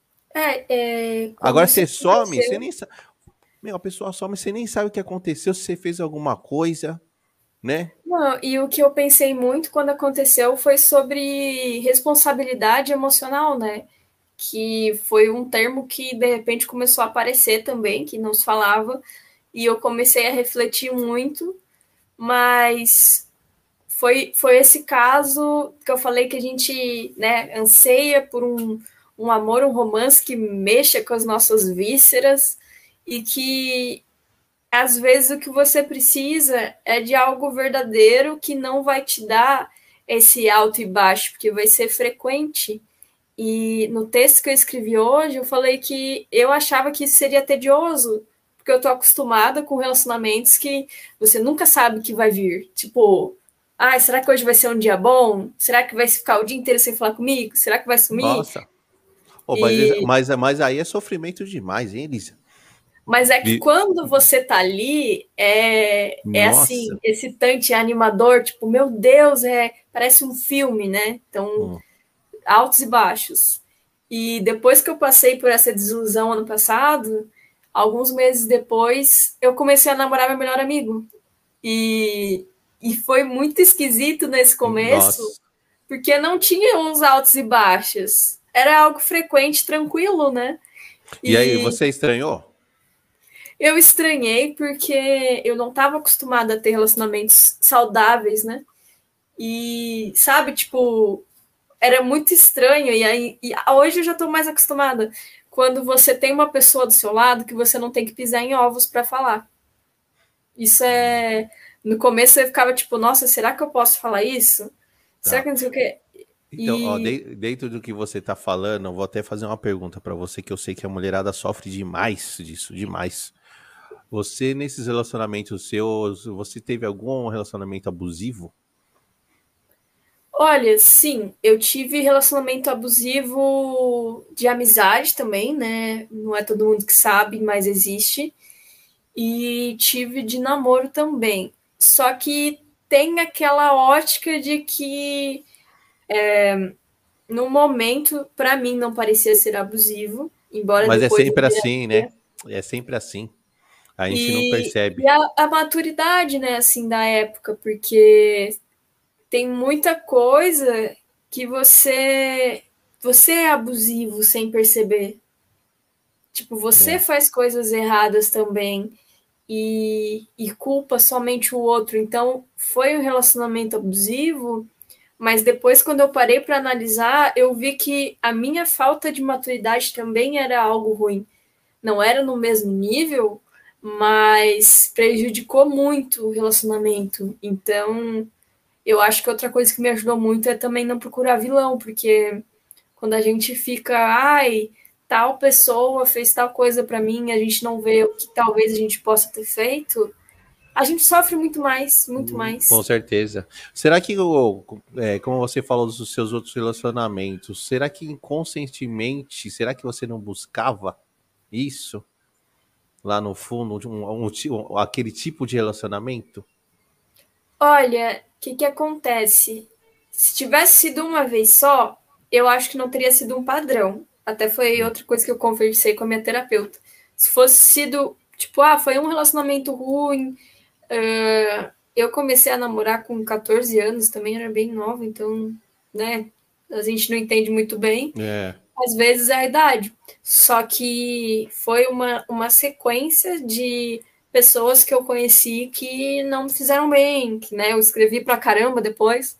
[SPEAKER 2] Quando
[SPEAKER 1] Agora
[SPEAKER 2] isso
[SPEAKER 1] você some, você
[SPEAKER 2] aconteceu.
[SPEAKER 1] nem sabe. Meu, a pessoa some, você nem sabe o que aconteceu, se você fez alguma coisa, né?
[SPEAKER 2] Não, e o que eu pensei muito quando aconteceu foi sobre responsabilidade emocional, né? Que foi um termo que de repente começou a aparecer também, que não se falava, e eu comecei a refletir muito, mas foi esse caso que eu falei que a gente, né, anseia por um amor, um romance que mexa com as nossas vísceras e que às vezes o que você precisa é de algo verdadeiro que não vai te dar esse alto e baixo, porque vai ser frequente. E no texto que eu escrevi hoje, eu falei que eu achava que isso seria tedioso, porque eu tô acostumada com relacionamentos que você nunca sabe o que vai vir. Tipo, ah, será que hoje vai ser um dia bom? Será que vai ficar o dia inteiro sem falar comigo? Será que vai sumir?
[SPEAKER 1] Nossa. Oh,
[SPEAKER 2] E
[SPEAKER 1] mas aí é sofrimento demais, hein, Elisa?
[SPEAKER 2] mas é que
[SPEAKER 1] Vi-
[SPEAKER 2] quando você tá ali, é assim,
[SPEAKER 1] Nossa.
[SPEAKER 2] excitante, é animador, tipo, meu Deus, parece um filme, né? Então,
[SPEAKER 1] Hum.
[SPEAKER 2] altos e baixos. E depois que eu passei por essa desilusão ano passado, alguns meses depois, eu comecei a namorar meu melhor amigo. E, e foi muito esquisito nesse começo,
[SPEAKER 1] Nossa.
[SPEAKER 2] porque não tinha uns altos e baixos. Era algo frequente, tranquilo, né?
[SPEAKER 1] E aí,
[SPEAKER 2] E
[SPEAKER 1] você estranhou?
[SPEAKER 2] eu estranhei porque eu não estava acostumada a ter relacionamentos saudáveis, né? E, sabe, tipo, era muito estranho. E hoje eu já tô mais acostumada. Quando você tem uma pessoa do seu lado que você não tem que pisar em ovos para falar. Isso é. No começo eu ficava tipo, nossa, será que eu posso falar isso? Será
[SPEAKER 1] Tá.
[SPEAKER 2] que não sei o quê?
[SPEAKER 1] Então, ó,
[SPEAKER 2] E
[SPEAKER 1] dentro do que você tá falando, eu vou até fazer uma pergunta pra você, que eu sei que a mulherada sofre demais disso, demais. Você, nesses relacionamentos seus, você teve algum relacionamento abusivo?
[SPEAKER 2] olha, sim, eu tive relacionamento abusivo de amizade também, né? Não é todo mundo que sabe, mas existe. E tive de namoro também. Só que tem aquela ótica de que no momento, para mim, não parecia ser abusivo, embora
[SPEAKER 1] Mas é
[SPEAKER 2] depois eu
[SPEAKER 1] sempre
[SPEAKER 2] vira.
[SPEAKER 1] assim, né? É sempre assim. A gente não
[SPEAKER 2] E
[SPEAKER 1] percebe.
[SPEAKER 2] a maturidade, né, assim, da época, porque tem muita coisa que você é abusivo sem perceber. Tipo, você
[SPEAKER 1] É.
[SPEAKER 2] faz coisas erradas também e culpa somente o outro. Então, foi um relacionamento abusivo, mas depois, quando eu parei para analisar, eu vi que a minha falta de maturidade também era algo ruim. Não era no mesmo nível, mas prejudicou muito o relacionamento. Então, eu acho que outra coisa que me ajudou muito é também não procurar vilão, porque quando a gente fica, ai, tal pessoa fez tal coisa para mim, a gente não vê o que talvez a gente possa ter feito, a gente sofre muito mais, muito
[SPEAKER 1] Com
[SPEAKER 2] mais.
[SPEAKER 1] certeza. Será que, como você falou dos seus outros relacionamentos, será que inconscientemente, será que você não buscava isso lá no fundo, aquele tipo de relacionamento?
[SPEAKER 2] Olha, o que acontece? Se tivesse sido uma vez só, eu acho que não teria sido um padrão. Até foi
[SPEAKER 1] Hum.
[SPEAKER 2] outra coisa que eu conversei com a minha terapeuta. Se fosse sido, tipo, ah, foi um relacionamento ruim. Eu comecei a namorar com 14 anos, também era bem nova, então, né, a gente não entende muito bem.
[SPEAKER 1] É,
[SPEAKER 2] Às vezes é a idade. Só que foi uma sequência de pessoas que eu conheci que não me fizeram bem, que, né, eu escrevi pra caramba depois.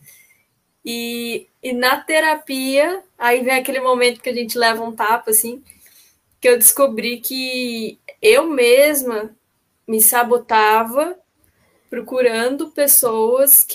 [SPEAKER 2] E na terapia, aí vem aquele momento que a gente leva um tapa, assim, que eu descobri que eu mesma me sabotava procurando pessoas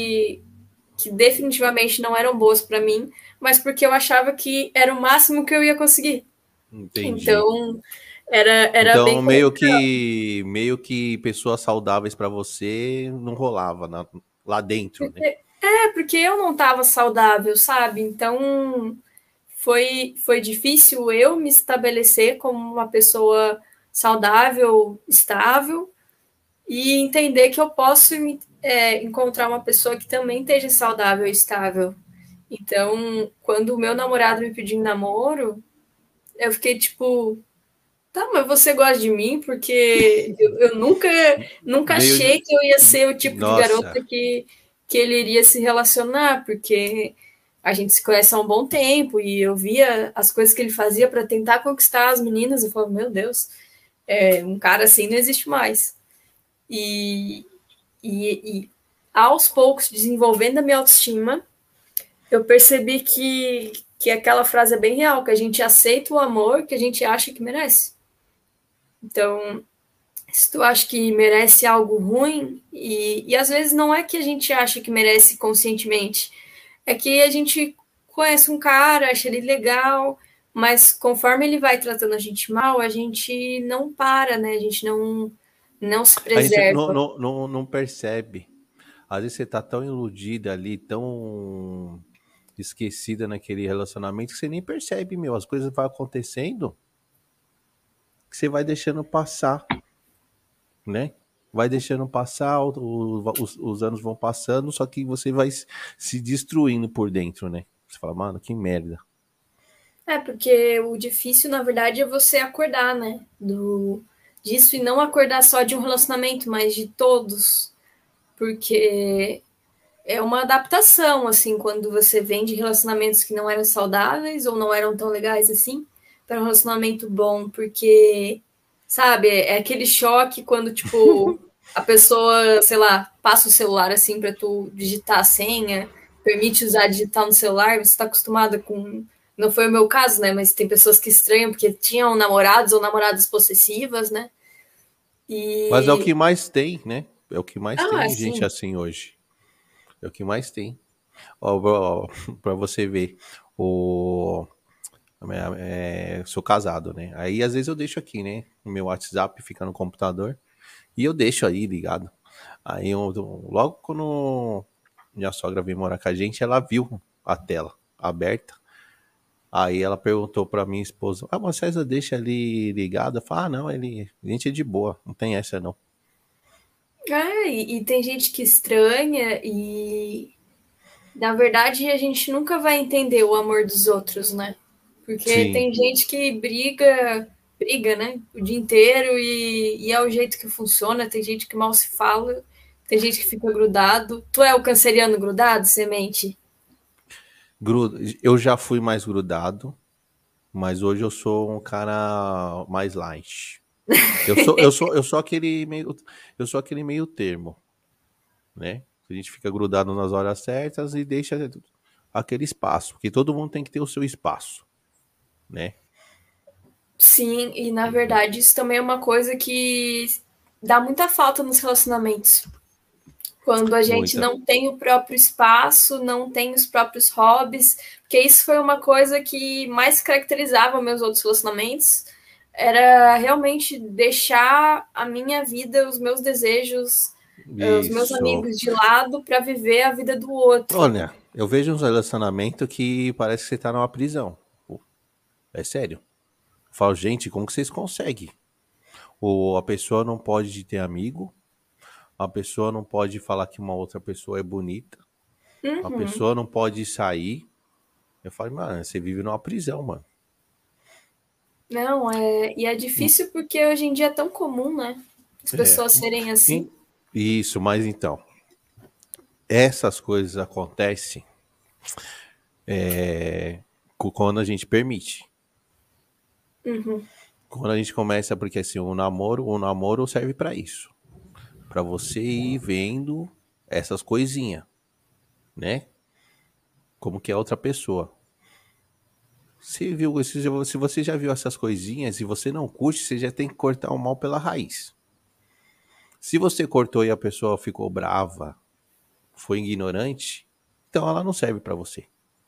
[SPEAKER 2] que definitivamente não eram boas para mim, mas porque eu achava que era o máximo que eu ia conseguir.
[SPEAKER 1] entendi.
[SPEAKER 2] Então, era bem
[SPEAKER 1] Então,
[SPEAKER 2] complicado.
[SPEAKER 1] meio que pessoas saudáveis pra você não rolava lá dentro, né?
[SPEAKER 2] Porque eu não estava saudável, sabe? Então, foi difícil eu me estabelecer como uma pessoa saudável, estável, e entender que eu posso encontrar uma pessoa que também esteja saudável e estável. Então, quando o meu namorado me pediu em namoro, eu fiquei tipo, tá, mas você gosta de mim? Porque eu nunca
[SPEAKER 1] Veio.
[SPEAKER 2] achei que eu ia ser o tipo de
[SPEAKER 1] Nossa.
[SPEAKER 2] garota que ele iria se relacionar, porque a gente se conhece há um bom tempo e eu via as coisas que ele fazia para tentar conquistar as meninas. Eu falava, meu Deus, um cara assim não existe mais. E, e aos poucos, desenvolvendo a minha autoestima, eu percebi que aquela frase é bem real, que a gente aceita o amor que a gente acha que merece. Então, se tu acha que merece algo ruim, e às vezes não é que a gente acha que merece conscientemente, é que a gente conhece um cara, acha ele legal, mas conforme ele vai tratando a gente mal, a gente não para, né? A gente não se
[SPEAKER 1] A gente não,
[SPEAKER 2] preserva.
[SPEAKER 1] não, não, não percebe. Às vezes você tá tão iludida ali, tão esquecida naquele relacionamento que você nem percebe, meu. As coisas vão acontecendo que você vai deixando passar, né? Vai deixando passar, os anos vão passando, só que você vai se destruindo por dentro, né? Você fala, mano, que merda.
[SPEAKER 2] Porque o difícil, na verdade, é você acordar, né? Disso e não acordar só de um relacionamento, mas de todos. Porque é uma adaptação, assim, quando você vem de relacionamentos que não eram saudáveis ou não eram tão legais assim, para um relacionamento bom, porque, sabe, é aquele choque quando, tipo, a pessoa, sei lá, passa o celular assim para tu digitar a senha, permite usar digital no celular, você está acostumada com. Não foi o meu caso, né? Mas tem pessoas que estranham porque tinham namorados ou namoradas possessivas, né?
[SPEAKER 1] Mas é o
[SPEAKER 2] E.
[SPEAKER 1] que mais tem, né? É o que mais
[SPEAKER 2] Ah,
[SPEAKER 1] tem gente
[SPEAKER 2] sim.
[SPEAKER 1] assim hoje. É o que mais tem. Ó, pra você ver, o sou casado, né? Aí às vezes eu deixo aqui, né? O meu WhatsApp fica no computador e eu deixo aí ligado. Aí logo quando minha sogra veio morar com a gente, ela viu a tela aberta. Aí ela perguntou pra minha esposa: Ah, mas César deixa ali ligado? Eu falei: Ah, não, a gente é de boa, não tem essa não.
[SPEAKER 2] E tem gente que estranha e, na verdade, a gente nunca vai entender o amor dos outros, né? Porque
[SPEAKER 1] Sim.
[SPEAKER 2] tem gente que briga, né? O dia inteiro e é o jeito que funciona. Tem gente que mal se fala, tem gente que fica grudado. Tu é o canceriano grudado, semente?
[SPEAKER 1] Eu já fui mais grudado, mas hoje eu sou um cara mais light. Eu sou aquele meio termo, né? A gente fica grudado nas horas certas e deixa aquele espaço, porque todo mundo tem que ter o seu espaço, né?
[SPEAKER 2] Sim, e na verdade isso também é uma coisa que dá muita falta nos relacionamentos. Quando a gente
[SPEAKER 1] Muita.
[SPEAKER 2] não tem o próprio espaço, não tem os próprios hobbies, porque isso foi uma coisa que mais caracterizava meus outros relacionamentos, era realmente deixar a minha vida, os meus desejos, os meus
[SPEAKER 1] Isso.
[SPEAKER 2] amigos de lado para viver a vida do outro.
[SPEAKER 1] Olha, eu vejo uns relacionamentos que parece que você tá numa prisão. Pô, é sério. Eu falo, gente, como que vocês conseguem? Ou a pessoa não pode ter amigo, a pessoa não pode falar que uma outra pessoa é bonita, a
[SPEAKER 2] Uhum.
[SPEAKER 1] pessoa não pode sair. Eu falo, mano, você vive numa prisão, mano.
[SPEAKER 2] Não, e é difícil porque hoje em dia é tão comum, né? As
[SPEAKER 1] É.
[SPEAKER 2] pessoas serem assim.
[SPEAKER 1] E- Isso, mas então, essas coisas acontecem quando a gente permite.
[SPEAKER 2] Uhum.
[SPEAKER 1] Quando a gente começa, porque assim, o namoro serve pra isso, pra você ir vendo essas coisinhas, né? Como que é outra pessoa. Se você já viu essas coisinhas e você não curte, você já tem que cortar o mal pela raiz. Se você cortou e a pessoa ficou brava, foi ignorante, então ela não serve pra você,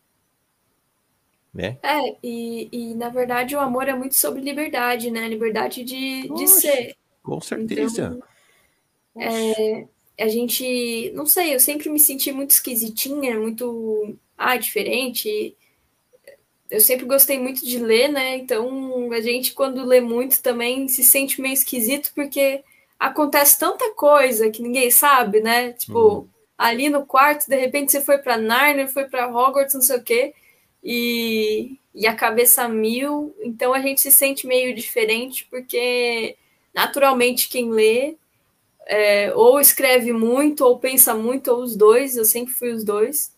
[SPEAKER 1] né?
[SPEAKER 2] E na verdade o amor é muito sobre liberdade, né? Liberdade de
[SPEAKER 1] Oxe,
[SPEAKER 2] ser.
[SPEAKER 1] com
[SPEAKER 2] Então,
[SPEAKER 1] certeza. Oxe.
[SPEAKER 2] a gente, não sei, eu sempre me senti muito esquisitinha, muito, diferente. eu sempre gostei muito de ler, né? Então a gente, quando lê muito, também se sente meio esquisito, porque acontece tanta coisa que ninguém sabe, né?
[SPEAKER 1] Uhum.
[SPEAKER 2] Tipo, ali no quarto, de repente você foi para Narnia, foi para Hogwarts, não sei o quê, e a cabeça a mil. Então a gente se sente meio diferente, porque naturalmente quem lê ou escreve muito, ou pensa muito, ou os dois. Eu sempre fui os dois.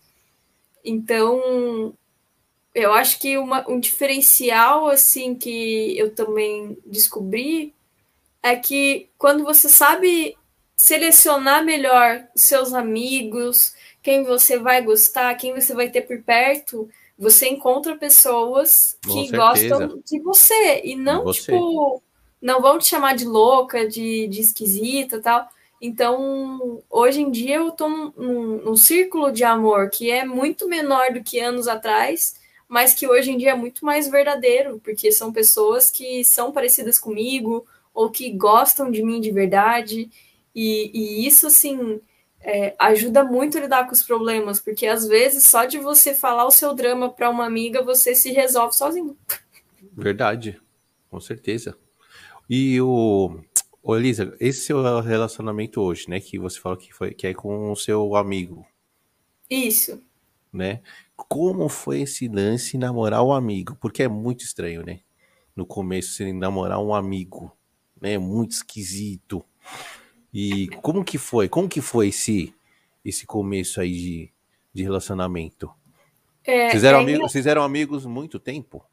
[SPEAKER 2] Então, eu acho que um diferencial assim que eu também descobri é que quando você sabe selecionar melhor os seus amigos, quem você vai gostar, quem você vai ter por perto, você encontra pessoas
[SPEAKER 1] Com
[SPEAKER 2] que
[SPEAKER 1] certeza.
[SPEAKER 2] gostam de você e
[SPEAKER 1] De
[SPEAKER 2] não,
[SPEAKER 1] você.
[SPEAKER 2] tipo, não vão te chamar de louca, de esquisita e tal. Então, hoje em dia eu tô num círculo de amor que é muito menor do que anos atrás, mas que hoje em dia é muito mais verdadeiro, porque são pessoas que são parecidas comigo, ou que gostam de mim de verdade. E isso, assim, ajuda muito a lidar com os problemas, porque às vezes só de você falar o seu drama para uma amiga, você se resolve sozinho.
[SPEAKER 1] Verdade. Com certeza. E ô Elisa, esse seu relacionamento hoje, né, que você falou que é com o seu amigo,
[SPEAKER 2] Isso.
[SPEAKER 1] né? Como foi esse lance namorar o amigo? Porque é muito estranho, né? No começo, você namorar um amigo, né? É muito esquisito. E como que foi? Como que foi esse começo aí de relacionamento?
[SPEAKER 2] É, é
[SPEAKER 1] Vocês eram amigos muito tempo?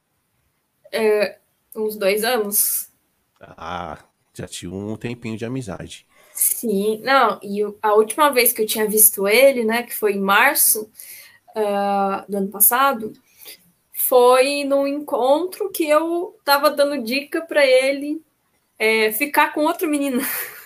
[SPEAKER 2] uns 2 anos.
[SPEAKER 1] Ah, já tinha um tempinho de amizade.
[SPEAKER 2] Sim, não, e a última vez que eu tinha visto ele, né, que foi em março do ano passado, foi num encontro que eu tava dando dica para ele ficar com outra menina.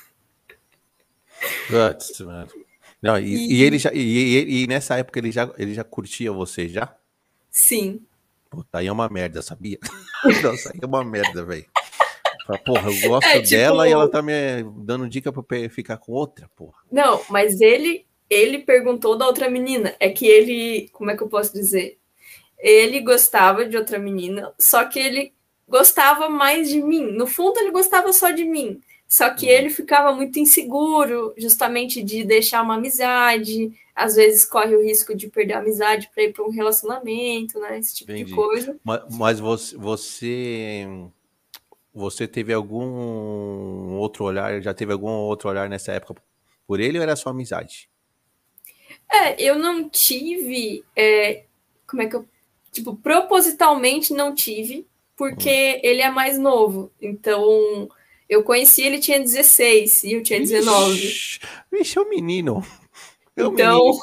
[SPEAKER 1] Putz, mano. Não, e ele
[SPEAKER 2] E
[SPEAKER 1] já e nessa época ele já curtia você já?
[SPEAKER 2] sim.
[SPEAKER 1] Puta, aí é uma merda, sabia? Nossa, aí é uma merda, velho. Fala, porra, eu gosto
[SPEAKER 2] É,
[SPEAKER 1] dela e ela
[SPEAKER 2] tipo,
[SPEAKER 1] tá me dando dica pra eu ficar com outra, porra.
[SPEAKER 2] não, mas ele perguntou da outra menina. É que ele, como é que eu posso dizer? Ele gostava de outra menina, só que ele gostava mais de mim. No fundo, ele gostava só de mim. Só que
[SPEAKER 1] Uhum,
[SPEAKER 2] ele ficava muito inseguro, justamente de deixar uma amizade. Às vezes corre o risco de perder a amizade para ir para um relacionamento, né? Esse tipo de
[SPEAKER 1] entendi.
[SPEAKER 2] coisa.
[SPEAKER 1] Mas você teve algum outro olhar, já teve algum outro olhar nessa época por ele ou era só amizade?
[SPEAKER 2] Eu não tive. Como é que eu. Tipo, propositalmente não tive,
[SPEAKER 1] Hum.
[SPEAKER 2] porque ele é mais novo. Então, eu conheci ele tinha 16 e eu tinha 19.
[SPEAKER 1] Vixe, vixe, é um menino. É um
[SPEAKER 2] Então,
[SPEAKER 1] menino.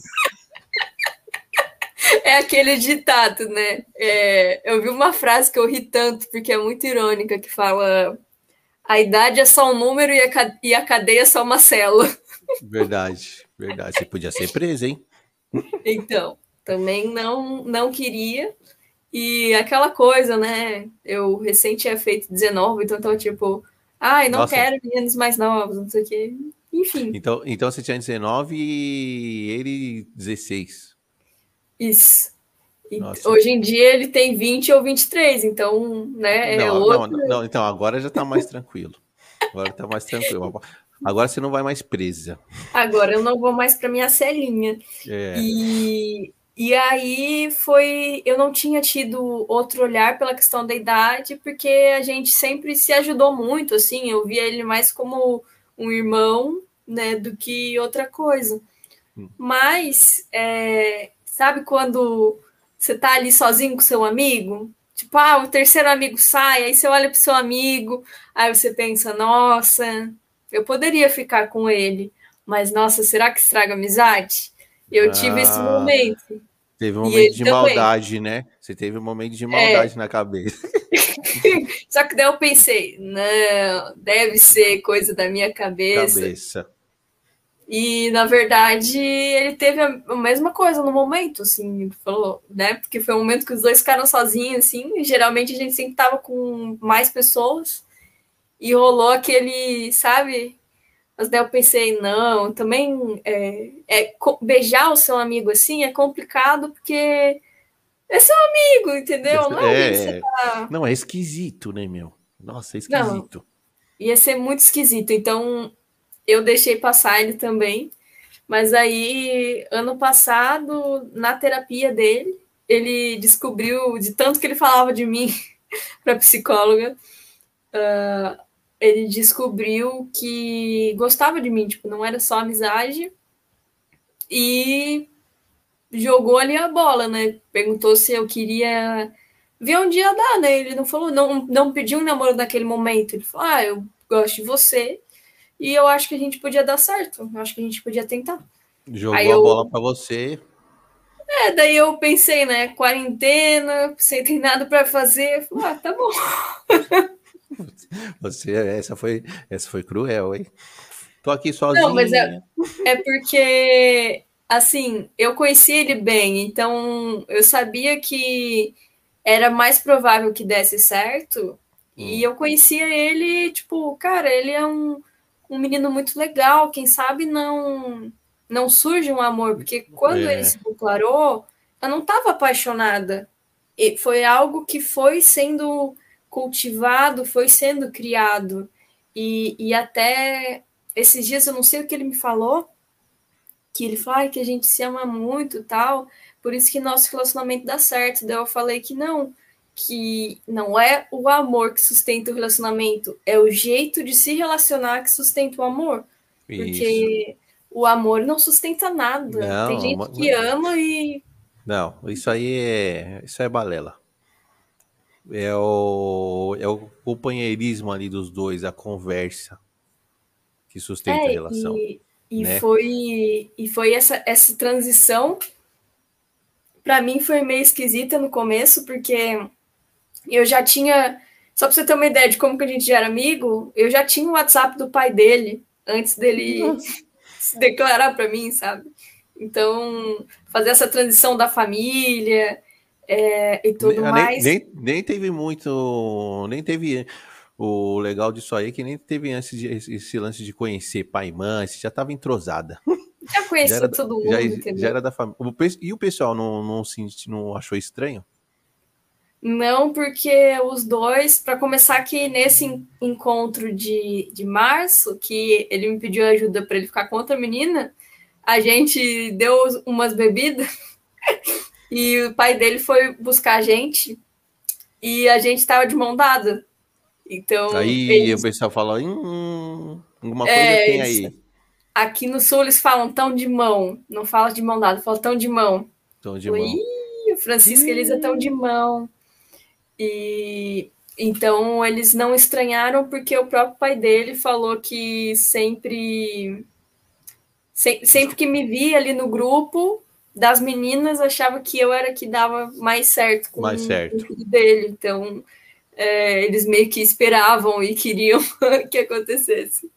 [SPEAKER 2] é aquele ditado, né? Eu vi uma frase que eu ri tanto, porque é muito irônica, que fala: a idade é só um número e a cadeia é só uma célula.
[SPEAKER 1] Verdade, verdade. Você podia ser preso, hein?
[SPEAKER 2] Então, também não queria. E aquela coisa, né? Eu recente tinha feito 19, então tava tipo, ai, não
[SPEAKER 1] Nossa,
[SPEAKER 2] quero meninos mais novos, não sei o quê. Enfim,
[SPEAKER 1] então você tinha 19 e ele 16.
[SPEAKER 2] isso. E
[SPEAKER 1] Nossa.
[SPEAKER 2] hoje em dia ele tem 20 ou 23, então, né, é
[SPEAKER 1] Não,
[SPEAKER 2] outro.
[SPEAKER 1] não, então agora já tá mais tranquilo. Agora tá mais tranquilo. Agora você não vai mais presa.
[SPEAKER 2] Agora eu não vou mais para minha celinha.
[SPEAKER 1] É.
[SPEAKER 2] E aí foi. Eu não tinha tido outro olhar pela questão da idade, porque a gente sempre se ajudou muito, assim. Eu via ele mais como um irmão, né, do que outra coisa.
[SPEAKER 1] Hum.
[SPEAKER 2] Mas, sabe quando você tá ali sozinho com seu amigo? Tipo, o terceiro amigo sai, aí você olha pro seu amigo, aí você pensa, nossa, eu poderia ficar com ele, mas nossa, será que estraga a amizade? Eu tive esse
[SPEAKER 1] Ah,
[SPEAKER 2] momento.
[SPEAKER 1] teve um
[SPEAKER 2] E
[SPEAKER 1] momento
[SPEAKER 2] ele
[SPEAKER 1] de
[SPEAKER 2] também.
[SPEAKER 1] maldade, né? Você teve um momento de maldade na cabeça.
[SPEAKER 2] Só que daí eu pensei, não, deve ser coisa da minha cabeça.
[SPEAKER 1] Cabeça.
[SPEAKER 2] E, na verdade, ele teve a mesma coisa no momento, assim, ele falou, né? Porque foi um momento que os dois ficaram sozinhos, assim, e geralmente a gente sempre tava com mais pessoas, e rolou aquele, sabe? Mas daí eu pensei, não, também beijar o seu amigo assim é complicado, porque É seu amigo, entendeu? Não é alguém que você
[SPEAKER 1] É, é.
[SPEAKER 2] tá.
[SPEAKER 1] Não, é esquisito, né, meu? Nossa, é
[SPEAKER 2] Não,
[SPEAKER 1] esquisito.
[SPEAKER 2] ia ser muito esquisito. Então, eu deixei passar ele também. Mas aí, ano passado, na terapia dele, ele descobriu, de tanto que ele falava de mim para psicóloga, ele descobriu que gostava de mim, tipo, não era só amizade. E jogou ali a bola, né? Perguntou se eu queria ver um dia dar, né? Ele não falou, não pediu um namoro naquele momento. Ele falou, eu gosto de você e eu acho que a gente podia dar certo. Eu acho que a gente podia tentar. Aí
[SPEAKER 1] Jogou a bola
[SPEAKER 2] eu,
[SPEAKER 1] pra você.
[SPEAKER 2] daí eu pensei, né? Quarentena, sem ter nada para fazer. Eu falei, tá bom.
[SPEAKER 1] Você, essa foi cruel, hein? Tô aqui
[SPEAKER 2] Não, mas
[SPEAKER 1] sozinha.
[SPEAKER 2] é porque, assim, eu conheci ele bem, então eu sabia que era mais provável que desse certo. E
[SPEAKER 1] Hum,
[SPEAKER 2] eu conhecia ele, tipo, cara, ele é um menino muito legal. Quem sabe não surge um amor, porque quando ele
[SPEAKER 1] é,
[SPEAKER 2] se declarou, eu não estava apaixonada. E foi algo que foi sendo cultivado, foi sendo criado. E até esses dias eu não sei o que ele me falou, que ele falou que a gente se ama muito e tal, por isso que nosso relacionamento dá certo. Daí eu falei que não é o amor que sustenta o relacionamento, é o jeito de se relacionar que sustenta o amor.
[SPEAKER 1] isso.
[SPEAKER 2] Porque o amor não sustenta nada. Tem
[SPEAKER 1] Não,
[SPEAKER 2] gente que ama e.
[SPEAKER 1] não, isso é balela. É o companheirismo ali dos dois, a conversa que sustenta a
[SPEAKER 2] É,
[SPEAKER 1] relação,
[SPEAKER 2] e
[SPEAKER 1] né?
[SPEAKER 2] foi essa transição. Para mim foi meio esquisita no começo, porque eu já tinha. Só pra você ter uma ideia de como que a gente já era amigo, eu já tinha o WhatsApp do pai dele antes dele
[SPEAKER 1] Nossa.
[SPEAKER 2] se declarar para mim, sabe? Então, fazer essa transição da família e tudo mais.
[SPEAKER 1] Nem teve muito. Nem teve. O legal disso aí é que nem teve esse lance de conhecer pai e mãe, você já estava entrosada.
[SPEAKER 2] Já
[SPEAKER 1] Já era,
[SPEAKER 2] conhecia todo
[SPEAKER 1] já,
[SPEAKER 2] mundo,
[SPEAKER 1] já
[SPEAKER 2] entendeu?
[SPEAKER 1] era da família. E o pessoal não achou estranho?
[SPEAKER 2] Não, porque os dois, para começar aqui nesse encontro de março, que ele me pediu ajuda para ele ficar com outra menina, a gente deu umas bebidas e o pai dele foi buscar a gente e a gente estava de mão dada. Então,
[SPEAKER 1] Aí o pessoal fala, alguma coisa tem
[SPEAKER 2] eles
[SPEAKER 1] aí.
[SPEAKER 2] aqui no sul eles falam tão de mão, não fala de mão dada, fala tão de mão.
[SPEAKER 1] Tom de
[SPEAKER 2] Falei,
[SPEAKER 1] mão.
[SPEAKER 2] o Francisco e Elisa tão de
[SPEAKER 1] Ih,
[SPEAKER 2] mão. E então eles não estranharam porque o próprio pai dele falou que sempre
[SPEAKER 1] desculpa,
[SPEAKER 2] que me via ali no grupo das meninas achava que eu era que dava mais certo
[SPEAKER 1] mais
[SPEAKER 2] com o
[SPEAKER 1] certo.
[SPEAKER 2] filho dele. Então eles meio que esperavam e queriam que acontecesse.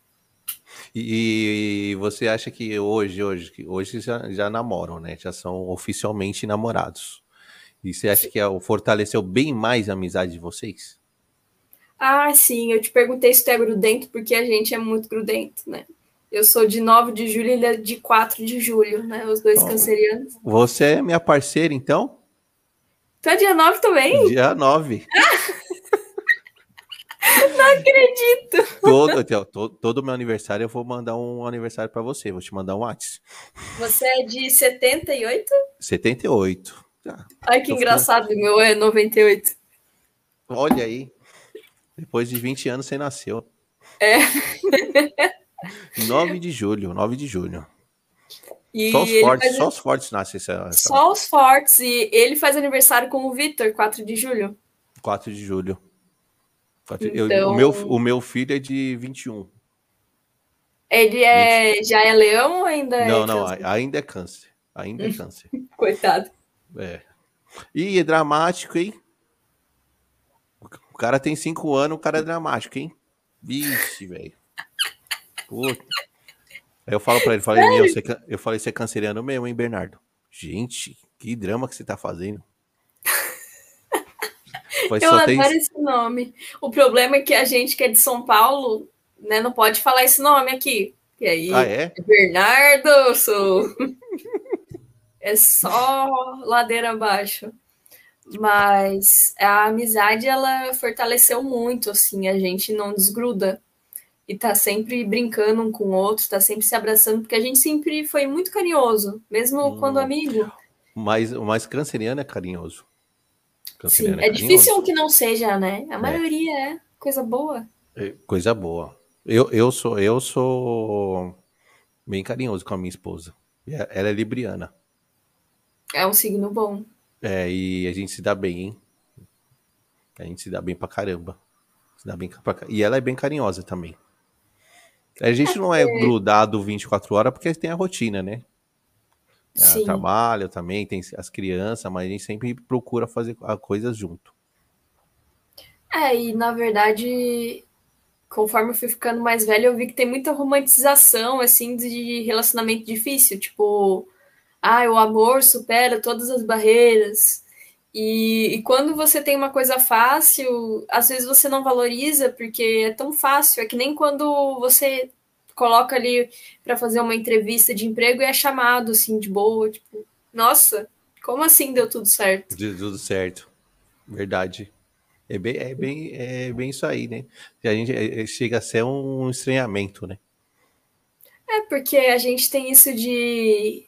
[SPEAKER 1] E você acha que hoje já namoram, né? Já são oficialmente namorados. E você acha que fortaleceu bem mais a amizade de vocês?
[SPEAKER 2] Ah, sim, eu te perguntei se tu é grudento, porque a gente é muito grudento, né? Eu sou de 9 de julho e ele é de 4 de julho, né? Os dois
[SPEAKER 1] Então,
[SPEAKER 2] cancerianos.
[SPEAKER 1] você é minha parceira, então?
[SPEAKER 2] Tu é dia 9 também?
[SPEAKER 1] Dia 9.
[SPEAKER 2] Não acredito!
[SPEAKER 1] Todo meu aniversário eu vou mandar um aniversário pra você. Vou te mandar um WhatsApp.
[SPEAKER 2] Você é de 78?
[SPEAKER 1] 78. Ah,
[SPEAKER 2] Ai, que
[SPEAKER 1] tô ficando.
[SPEAKER 2] engraçado, o meu é 98.
[SPEAKER 1] Olha aí. Depois de 20 anos você nasceu.
[SPEAKER 2] É,
[SPEAKER 1] 9 de julho, 9 de julho.
[SPEAKER 2] e ele faz
[SPEAKER 1] Só os fortes nascem
[SPEAKER 2] só os fortes, e ele faz aniversário com o Vitor, 4 de julho.
[SPEAKER 1] 4 de julho.
[SPEAKER 2] Então,
[SPEAKER 1] O meu filho é de 21.
[SPEAKER 2] ele
[SPEAKER 1] 20.
[SPEAKER 2] já é leão ou ainda é
[SPEAKER 1] Não, não,
[SPEAKER 2] câncer?
[SPEAKER 1] ainda é câncer. Ainda é câncer.
[SPEAKER 2] Coitado.
[SPEAKER 1] É. E é dramático, hein? O cara tem 5 anos, o cara é dramático, hein? Vixe, velho. Puta. Aí eu falo pra ele, falei, meu, eu falei, você é canceriano mesmo, hein, Bernardo? Gente, que drama que você tá fazendo. Foi
[SPEAKER 2] Eu
[SPEAKER 1] só tem.
[SPEAKER 2] adoro esse nome. O problema é que a gente que é de São Paulo, né, não pode falar esse nome aqui. E
[SPEAKER 1] Ah,
[SPEAKER 2] aí,
[SPEAKER 1] é?
[SPEAKER 2] Bernardo, é só ladeira abaixo. Mas a amizade, ela fortaleceu muito, assim, a gente não desgruda. E tá sempre brincando um com o outro, tá sempre se abraçando, porque a gente sempre foi muito carinhoso, mesmo quando
[SPEAKER 1] Hum,
[SPEAKER 2] amigo.
[SPEAKER 1] mas canceriano é carinhoso.
[SPEAKER 2] Sim,
[SPEAKER 1] Canceriano é
[SPEAKER 2] é difícil
[SPEAKER 1] carinhoso.
[SPEAKER 2] um que não seja, né? A
[SPEAKER 1] É,
[SPEAKER 2] maioria é coisa boa.
[SPEAKER 1] é coisa boa. Eu sou bem carinhoso com a minha esposa. Ela é libriana.
[SPEAKER 2] É um signo bom.
[SPEAKER 1] É, e a gente se dá bem, hein? A gente se dá bem pra caramba. Se dá bem e ela é bem carinhosa também. A gente não é grudado 24 horas porque tem a rotina, né? Ela
[SPEAKER 2] Sim.
[SPEAKER 1] trabalha também, tem as crianças, mas a gente sempre procura fazer coisas junto.
[SPEAKER 2] É, e na verdade, conforme eu fui ficando mais velha, eu vi que tem muita romantização, assim, de relacionamento difícil. Tipo, o amor supera todas as barreiras. E quando você tem uma coisa fácil, às vezes você não valoriza porque é tão fácil. É que nem quando você coloca ali para fazer uma entrevista de emprego e é chamado assim de boa, tipo, nossa, como assim deu tudo certo?
[SPEAKER 1] De tudo certo. Verdade. É bem isso aí, né? A gente chega a ser um estranhamento, né?
[SPEAKER 2] É porque a gente tem isso de,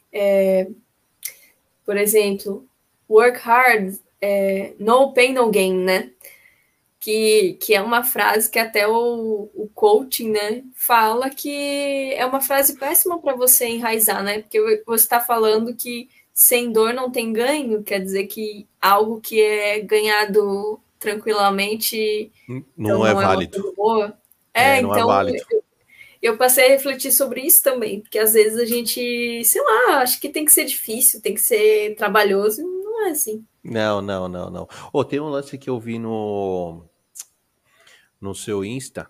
[SPEAKER 2] por exemplo, work hard, no pain, no gain, né? Que é uma frase que até o coaching, né, fala que é uma frase péssima para você enraizar, né? Porque você está falando que sem dor não tem ganho, quer dizer que algo que é ganhado tranquilamente, então
[SPEAKER 1] Não é
[SPEAKER 2] não é uma
[SPEAKER 1] válido.
[SPEAKER 2] coisa boa.
[SPEAKER 1] É, não é
[SPEAKER 2] Então
[SPEAKER 1] válido.
[SPEAKER 2] eu passei a refletir sobre isso também, porque às vezes a gente, sei lá, acho que tem que ser difícil, tem que ser trabalhoso, e não é assim.
[SPEAKER 1] Não, não, não, não. Ô, tem um lance que eu vi no seu Insta.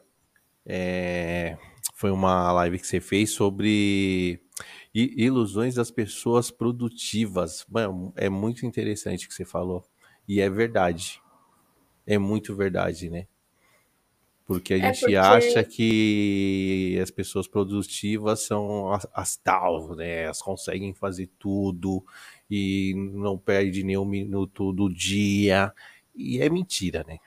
[SPEAKER 1] Foi uma live que você fez sobre ilusões das pessoas produtivas. Mano, é muito interessante o que você falou. E é verdade. É muito verdade, né? Porque a
[SPEAKER 2] É
[SPEAKER 1] gente acha
[SPEAKER 2] porque
[SPEAKER 1] que as pessoas produtivas são as tal, né? Elas conseguem fazer tudo e não perde nenhum minuto do dia. E é mentira, né?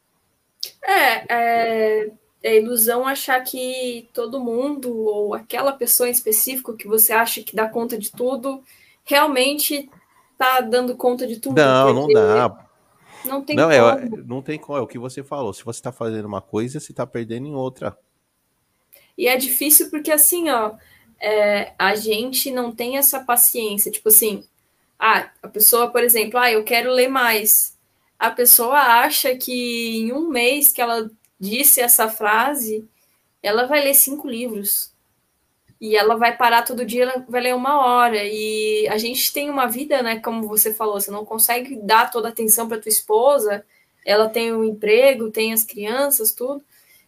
[SPEAKER 2] é ilusão achar que todo mundo ou aquela pessoa em específico que você acha que dá conta de tudo realmente tá dando conta de tudo,
[SPEAKER 1] Não, não
[SPEAKER 2] porque
[SPEAKER 1] dá.
[SPEAKER 2] não tem
[SPEAKER 1] Não,
[SPEAKER 2] como.
[SPEAKER 1] não tem como, é o que você falou. Se você está fazendo uma coisa, você está perdendo em outra.
[SPEAKER 2] E é difícil porque assim, ó, a gente não tem essa paciência. Tipo assim, a pessoa, por exemplo, eu quero ler mais. A pessoa acha que em um mês que ela disse essa frase, ela vai ler 5 livros. E ela vai parar todo dia, ela vai ler 1 hora. E a gente tem uma vida, né? Como você falou, você não consegue dar toda a atenção para tua esposa. Ela tem um emprego, tem as crianças, tudo.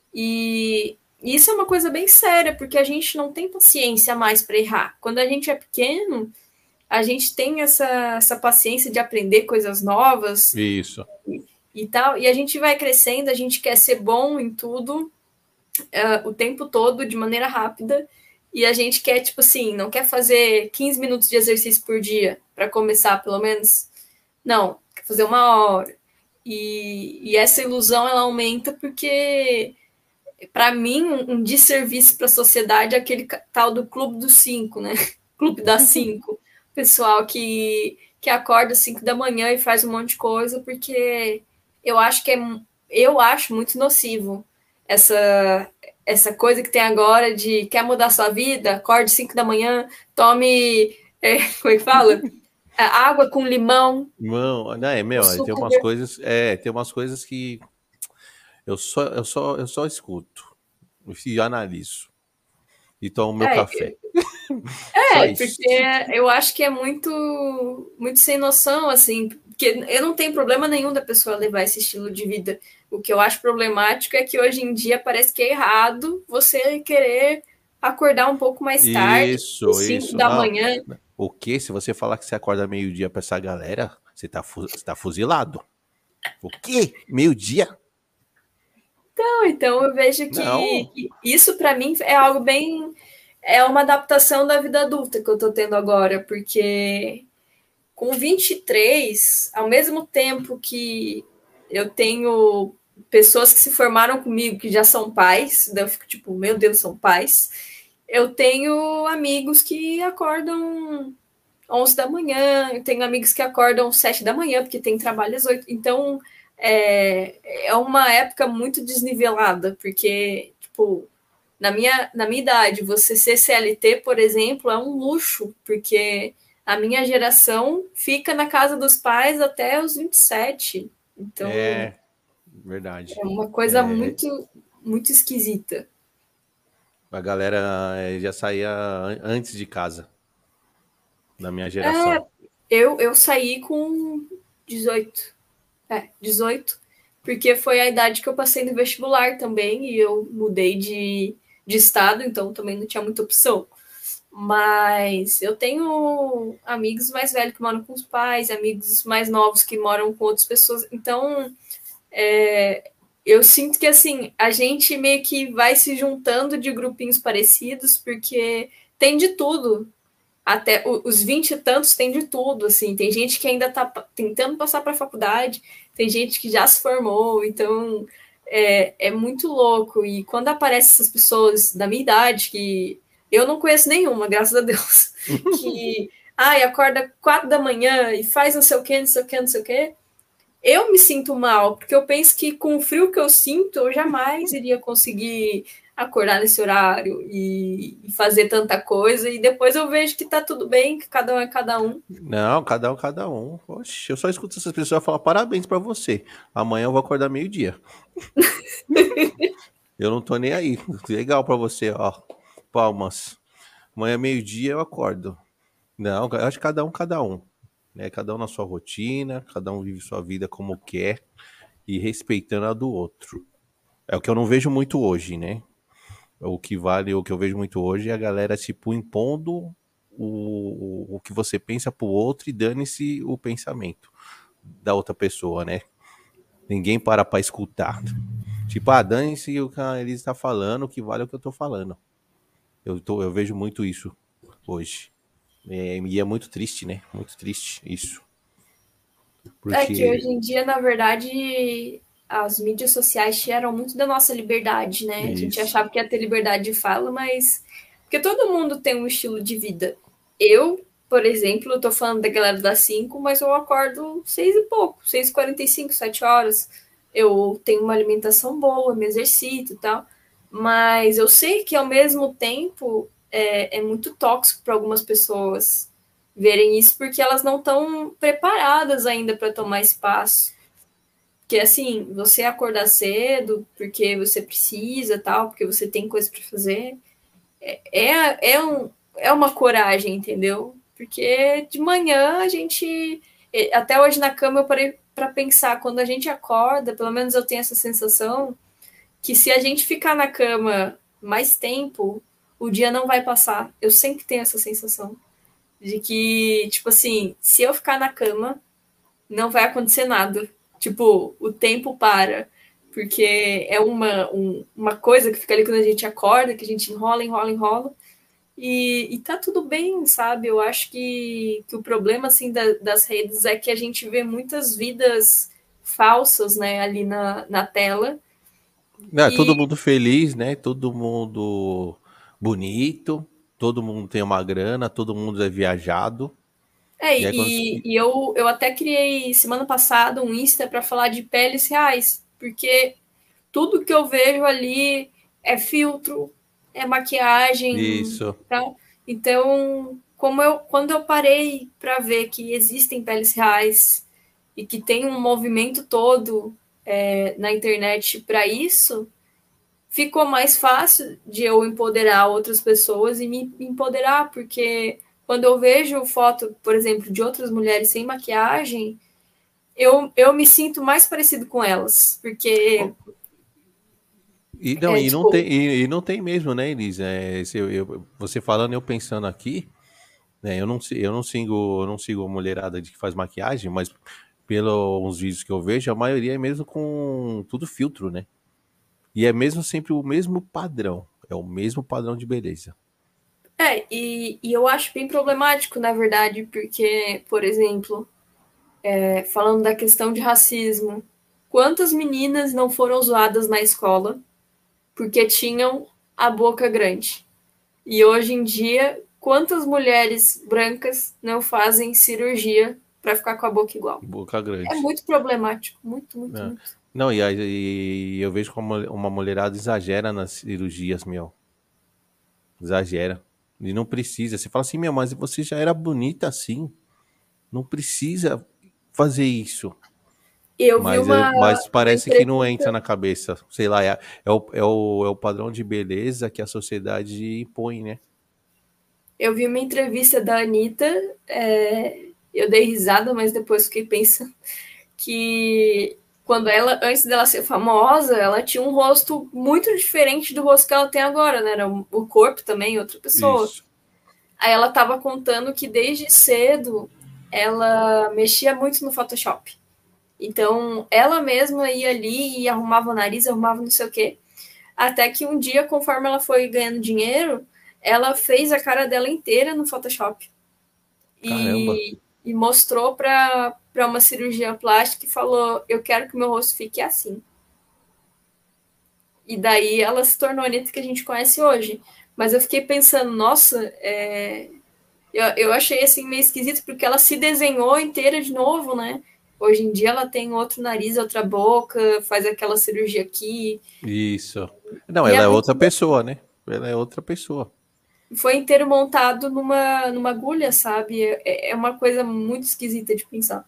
[SPEAKER 2] E isso é uma coisa bem séria, porque a gente não tem paciência mais para errar. Quando a gente é pequeno, a gente tem essa paciência de aprender coisas novas
[SPEAKER 1] Isso.
[SPEAKER 2] e tal. E a gente vai crescendo, a gente quer ser bom em tudo, o tempo todo, de maneira rápida. E a gente quer, tipo assim, não quer fazer 15 minutos de exercício por dia, para começar, pelo menos. Não, quer fazer 1 hora. E essa ilusão, ela aumenta porque, para mim, um desserviço para a sociedade é aquele tal do Clube dos Cinco, né? Clube das Cinco. Pessoal que acorda às 5 da manhã e faz um monte de coisa, porque eu acho que eu acho muito nocivo essa essa coisa que tem agora de quer mudar sua vida, acorde 5 da manhã, tome, como é que fala? Água com limão,
[SPEAKER 1] Não, não é,
[SPEAKER 2] o
[SPEAKER 1] meu,
[SPEAKER 2] suco
[SPEAKER 1] tem umas coisas que eu só escuto e analiso e tomo meu
[SPEAKER 2] é,
[SPEAKER 1] café. Só isso.
[SPEAKER 2] porque eu acho que é muito, muito sem noção, assim, porque eu não tenho problema nenhum da pessoa levar esse estilo de vida. O que eu acho problemático é que hoje em dia parece que é errado você querer acordar um pouco mais tarde,
[SPEAKER 1] Isso,
[SPEAKER 2] 5
[SPEAKER 1] isso.
[SPEAKER 2] da
[SPEAKER 1] Não.
[SPEAKER 2] manhã.
[SPEAKER 1] O quê? Se você falar que você acorda meio-dia pra essa galera, você tá fuzilado. O quê? Meio-dia?
[SPEAKER 2] Então eu vejo
[SPEAKER 1] Não.
[SPEAKER 2] que isso para mim é algo bem, é uma adaptação da vida adulta que eu tô tendo agora, porque com 23, ao mesmo tempo que eu tenho pessoas que se formaram comigo que já são pais, daí eu fico tipo, meu Deus, são pais. Eu tenho amigos que acordam 11 da manhã, eu tenho amigos que acordam 7 da manhã, porque tem trabalho às 8. Então, é uma época muito desnivelada, porque, tipo, na minha idade, você ser CLT, por exemplo, é um luxo, porque a minha geração fica na casa dos pais até os 27. Então,
[SPEAKER 1] É, verdade.
[SPEAKER 2] é uma coisa
[SPEAKER 1] É,
[SPEAKER 2] muito, muito esquisita.
[SPEAKER 1] a galera já saía antes de casa, da minha
[SPEAKER 2] É,
[SPEAKER 1] geração.
[SPEAKER 2] eu saí com 18. 18, porque foi a idade que eu passei no vestibular também, e eu mudei de estado, então também não tinha muita opção. Mas eu tenho amigos mais velhos que moram com os pais, amigos mais novos que moram com outras pessoas. Então, eu sinto que assim, a gente meio que vai se juntando de grupinhos parecidos, porque tem de tudo. Até os 20 e tantos tem de tudo, assim. Tem gente que ainda está tentando passar para a faculdade, tem gente que já se formou, então é muito louco. E quando aparecem essas pessoas da minha idade, que eu não conheço nenhuma, graças a Deus, que acorda 4 da manhã e faz não sei o que, não sei o que, não sei o que, eu me sinto mal, porque eu penso que com o frio que eu sinto, eu jamais iria conseguir acordar nesse horário e fazer tanta coisa. E depois eu vejo que tá tudo bem, que cada um é cada um.
[SPEAKER 1] Não, cada um, cada um. Oxe, eu só escuto essas pessoas falar parabéns pra você. Amanhã eu vou acordar meio-dia. Eu não tô nem aí. Legal pra você, ó. Palmas. Amanhã meio-dia eu acordo. Não, eu acho que cada um. Né? Cada um na sua rotina, cada um vive sua vida como quer e respeitando a do outro. É o que eu não vejo muito hoje, né? O que vale, o que eu vejo muito hoje é a galera, tipo, impondo o que você pensa pro outro e dane-se o pensamento da outra pessoa, né? Ninguém para pra escutar. Tipo, dane-se o que a Elisa tá falando, o que vale é o que eu tô falando. Eu vejo muito isso hoje. E é muito triste, né? Muito triste isso.
[SPEAKER 2] É que
[SPEAKER 1] Porque
[SPEAKER 2] hoje em dia, na verdade, as mídias sociais tiraram muito da nossa liberdade, né? A gente
[SPEAKER 1] isso.
[SPEAKER 2] achava que ia ter liberdade de fala, mas. Porque todo mundo tem um estilo de vida. Eu, por exemplo, eu tô falando da galera das 5, mas eu acordo 6 e pouco, 6h45, 7 horas. Eu tenho uma alimentação boa, me exercito e tal. Mas eu sei que ao mesmo tempo é muito tóxico para algumas pessoas verem isso porque elas não estão preparadas ainda para tomar espaço. Porque assim, você acordar cedo porque você precisa, tal, porque você tem coisa para fazer, é uma coragem, entendeu? Porque de manhã a gente. Até hoje na cama eu parei para pensar, quando a gente acorda, pelo menos eu tenho essa sensação, que se a gente ficar na cama mais tempo, o dia não vai passar. Eu sempre tenho essa sensação de que, tipo assim, se eu ficar na cama, não vai acontecer nada. Tipo, o tempo para. Porque é uma coisa que fica ali quando a gente acorda, que a gente enrola, enrola, enrola. E tá tudo bem, sabe? Eu acho que o problema, assim, das redes é que a gente vê muitas vidas falsas, né, ali na tela.
[SPEAKER 1] Todo
[SPEAKER 2] E,
[SPEAKER 1] mundo feliz, né? Todo mundo bonito, todo mundo tem uma grana, todo mundo é viajado. E aí quando.
[SPEAKER 2] eu até criei semana passada um Insta para falar de peles reais, porque tudo que eu vejo ali é filtro, é maquiagem,
[SPEAKER 1] Isso.
[SPEAKER 2] tá? Então, quando eu parei para ver que existem peles reais e que tem um movimento todo na internet para isso, ficou mais fácil de eu empoderar outras pessoas e me empoderar, porque quando eu vejo foto, por exemplo, de outras mulheres sem maquiagem, eu me sinto mais parecido com elas, porque
[SPEAKER 1] E não,
[SPEAKER 2] tipo,
[SPEAKER 1] e não tem mesmo, né, Elisa? Você falando, eu pensando aqui, né? Eu não sigo a mulherada de que faz maquiagem, mas pelos vídeos que eu vejo, a maioria é mesmo com tudo filtro, né? E é mesmo sempre o mesmo padrão. É o mesmo padrão de beleza.
[SPEAKER 2] E eu acho bem problemático, na verdade, porque, por exemplo, falando da questão de racismo, quantas meninas não foram zoadas na escola porque tinham a boca grande? E hoje em dia, quantas mulheres brancas não fazem cirurgia para ficar com a boca igual?
[SPEAKER 1] Boca
[SPEAKER 2] É
[SPEAKER 1] grande.
[SPEAKER 2] muito problemático, muito, muito,
[SPEAKER 1] É.
[SPEAKER 2] muito.
[SPEAKER 1] Não, e eu vejo como uma mulherada exagera nas cirurgias, meu. Exagera. E não precisa. Você fala assim, meu, mas você já era bonita assim. Não precisa fazer isso.
[SPEAKER 2] Eu vi
[SPEAKER 1] Mas
[SPEAKER 2] uma
[SPEAKER 1] parece que não
[SPEAKER 2] entrevista.
[SPEAKER 1] entra na cabeça. Sei lá, é o padrão de beleza que a sociedade impõe, né?
[SPEAKER 2] Eu vi uma entrevista da Anitta, eu dei risada, mas depois fiquei pensando que quando ela, antes dela ser famosa, ela tinha um rosto muito diferente do rosto que ela tem agora, né? Era o corpo também, outra pessoa.
[SPEAKER 1] Isso.
[SPEAKER 2] Aí ela tava contando que desde cedo ela mexia muito no Photoshop. Então, ela mesma ia ali e arrumava o nariz, arrumava não sei o quê. Até que um dia, conforme ela foi ganhando dinheiro, ela fez a cara dela inteira no Photoshop.
[SPEAKER 1] Caramba.
[SPEAKER 2] E mostrou para uma cirurgia plástica e falou: Eu quero que meu rosto fique assim. E daí ela se tornou a Anitta que a gente conhece hoje. Mas eu fiquei pensando, nossa, eu achei assim meio esquisito porque ela se desenhou inteira de novo, né? Hoje em dia ela tem outro nariz, outra boca, faz aquela cirurgia aqui.
[SPEAKER 1] Isso. Não,
[SPEAKER 2] E
[SPEAKER 1] ela
[SPEAKER 2] é
[SPEAKER 1] é
[SPEAKER 2] muito
[SPEAKER 1] outra pessoa, né? Ela é outra pessoa.
[SPEAKER 2] foi inteiro montado numa agulha, sabe? É uma coisa muito esquisita de pensar.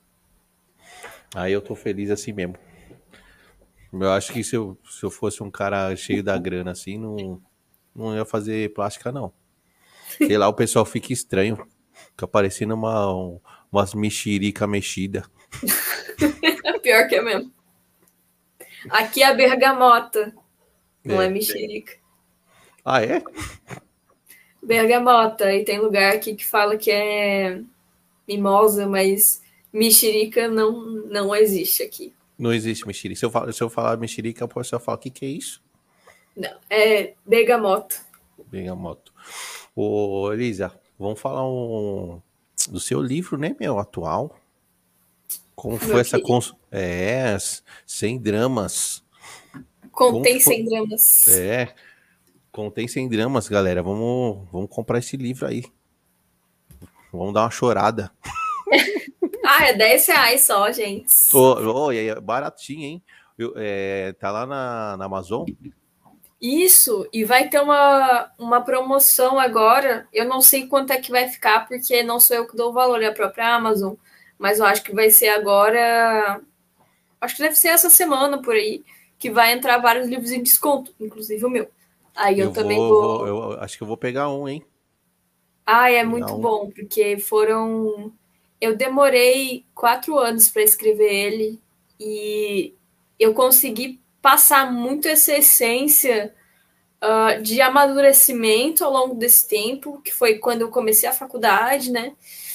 [SPEAKER 1] Aí eu tô feliz assim mesmo. Eu acho que se eu fosse um cara cheio da grana assim, não ia fazer plástica, não. Sei lá, o pessoal fica estranho. Fica parecendo umas mexerica mexida.
[SPEAKER 2] Pior que é mesmo. Aqui é a bergamota, não é
[SPEAKER 1] É.
[SPEAKER 2] mexerica.
[SPEAKER 1] Ah, é?
[SPEAKER 2] Bergamota, e tem lugar aqui que fala que é mimosa, mas mexerica não existe aqui.
[SPEAKER 1] Não existe mexerica. Se eu falar mexerica, o pessoal fala, o que é isso?
[SPEAKER 2] Não, é bergamota.
[SPEAKER 1] Bergamoto. Ô, Elisa, vamos falar do seu livro, né, meu, atual. Como foi
[SPEAKER 2] Meu
[SPEAKER 1] essa
[SPEAKER 2] querido.
[SPEAKER 1] sem dramas? Como que
[SPEAKER 2] Contém
[SPEAKER 1] foi?
[SPEAKER 2] 100 gramas.
[SPEAKER 1] É, contém sem dramas, galera. Vamos comprar esse livro aí. Vamos dar uma chorada.
[SPEAKER 2] Ah, é R$ 10 só, gente.
[SPEAKER 1] Ô, e aí, é baratinho, hein? Tá lá na Amazon.
[SPEAKER 2] Isso, e vai ter uma promoção agora. Eu não sei quanto é que vai ficar, porque não sou eu que dou o valor, é a própria Amazon. Mas eu acho que vai ser agora. Acho que deve ser essa semana por aí, que vai entrar vários livros em desconto, inclusive o meu. Aí eu também vou.
[SPEAKER 1] Eu acho que eu vou pegar um, hein?
[SPEAKER 2] Ah, é
[SPEAKER 1] Pegar
[SPEAKER 2] muito
[SPEAKER 1] um.
[SPEAKER 2] bom, porque foram. Eu demorei 4 anos para escrever ele e eu consegui passar muito essa essência de amadurecimento ao longo desse tempo, que foi quando eu comecei a faculdade, né?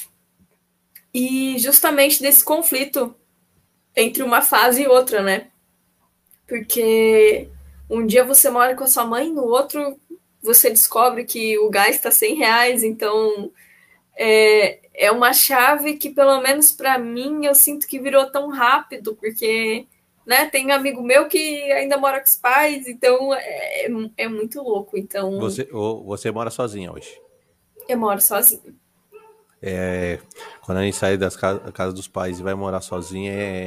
[SPEAKER 2] E justamente desse conflito entre uma fase e outra, né? Porque um dia você mora com a sua mãe, no outro você descobre que o gás está R$ 100, então é uma chave que, pelo menos para mim, eu sinto que virou tão rápido, porque né, tem um amigo meu que ainda mora com os pais, então é muito louco. Então
[SPEAKER 1] Você mora sozinha hoje.
[SPEAKER 2] eu moro sozinha.
[SPEAKER 1] Quando a gente sai da casa dos pais e vai morar sozinha,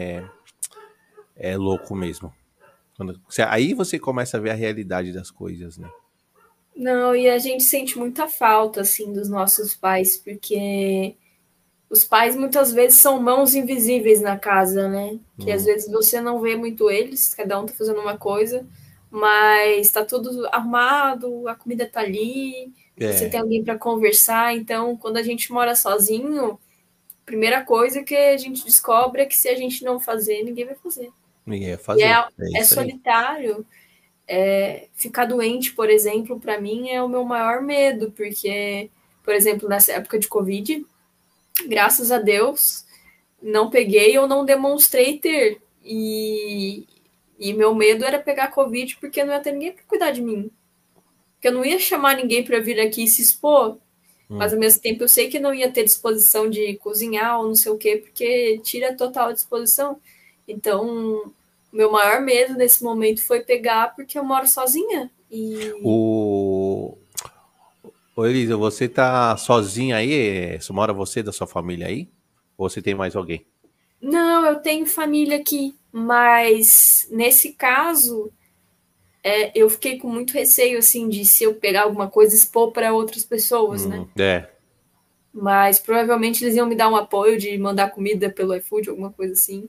[SPEAKER 1] é louco mesmo. Aí você começa a ver a realidade das coisas, né?
[SPEAKER 2] Não, e a gente sente muita falta, assim, dos nossos pais, porque os pais muitas vezes são mãos invisíveis na casa, né? Que às
[SPEAKER 1] Hum,
[SPEAKER 2] vezes você não vê muito eles, cada um tá fazendo uma coisa, mas tá tudo arrumado, a comida tá ali, você tem
[SPEAKER 1] é,
[SPEAKER 2] alguém para conversar. Então, quando a gente mora sozinho, a primeira coisa que a gente descobre é que se a gente não fazer, ninguém vai fazer.
[SPEAKER 1] ninguém ia
[SPEAKER 2] E
[SPEAKER 1] fazer. É
[SPEAKER 2] é
[SPEAKER 1] isso aí.
[SPEAKER 2] solitário. Ficar doente, por exemplo, para mim é o meu maior medo, porque, por exemplo, nessa época de Covid, graças a Deus, não peguei ou não demonstrei ter. E meu medo era pegar Covid porque não ia ter ninguém para cuidar de mim. porque eu não ia chamar ninguém para vir aqui e se expor, mas ao mesmo tempo eu sei que não ia ter disposição de cozinhar ou não sei o quê, porque tira total disposição. Então, meu maior medo nesse momento foi pegar, porque eu moro sozinha. E
[SPEAKER 1] O... Ô, Elisa, você tá sozinha aí? Só mora você da sua família aí? Ou você tem mais alguém?
[SPEAKER 2] não, eu tenho família aqui, mas nesse caso, eu fiquei com muito receio assim de se eu pegar alguma coisa expor para outras pessoas, né?
[SPEAKER 1] É.
[SPEAKER 2] Mas provavelmente eles iam me dar um apoio de mandar comida pelo iFood, alguma coisa assim.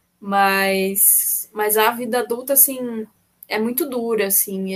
[SPEAKER 2] Mas a vida adulta, assim, é muito dura, assim.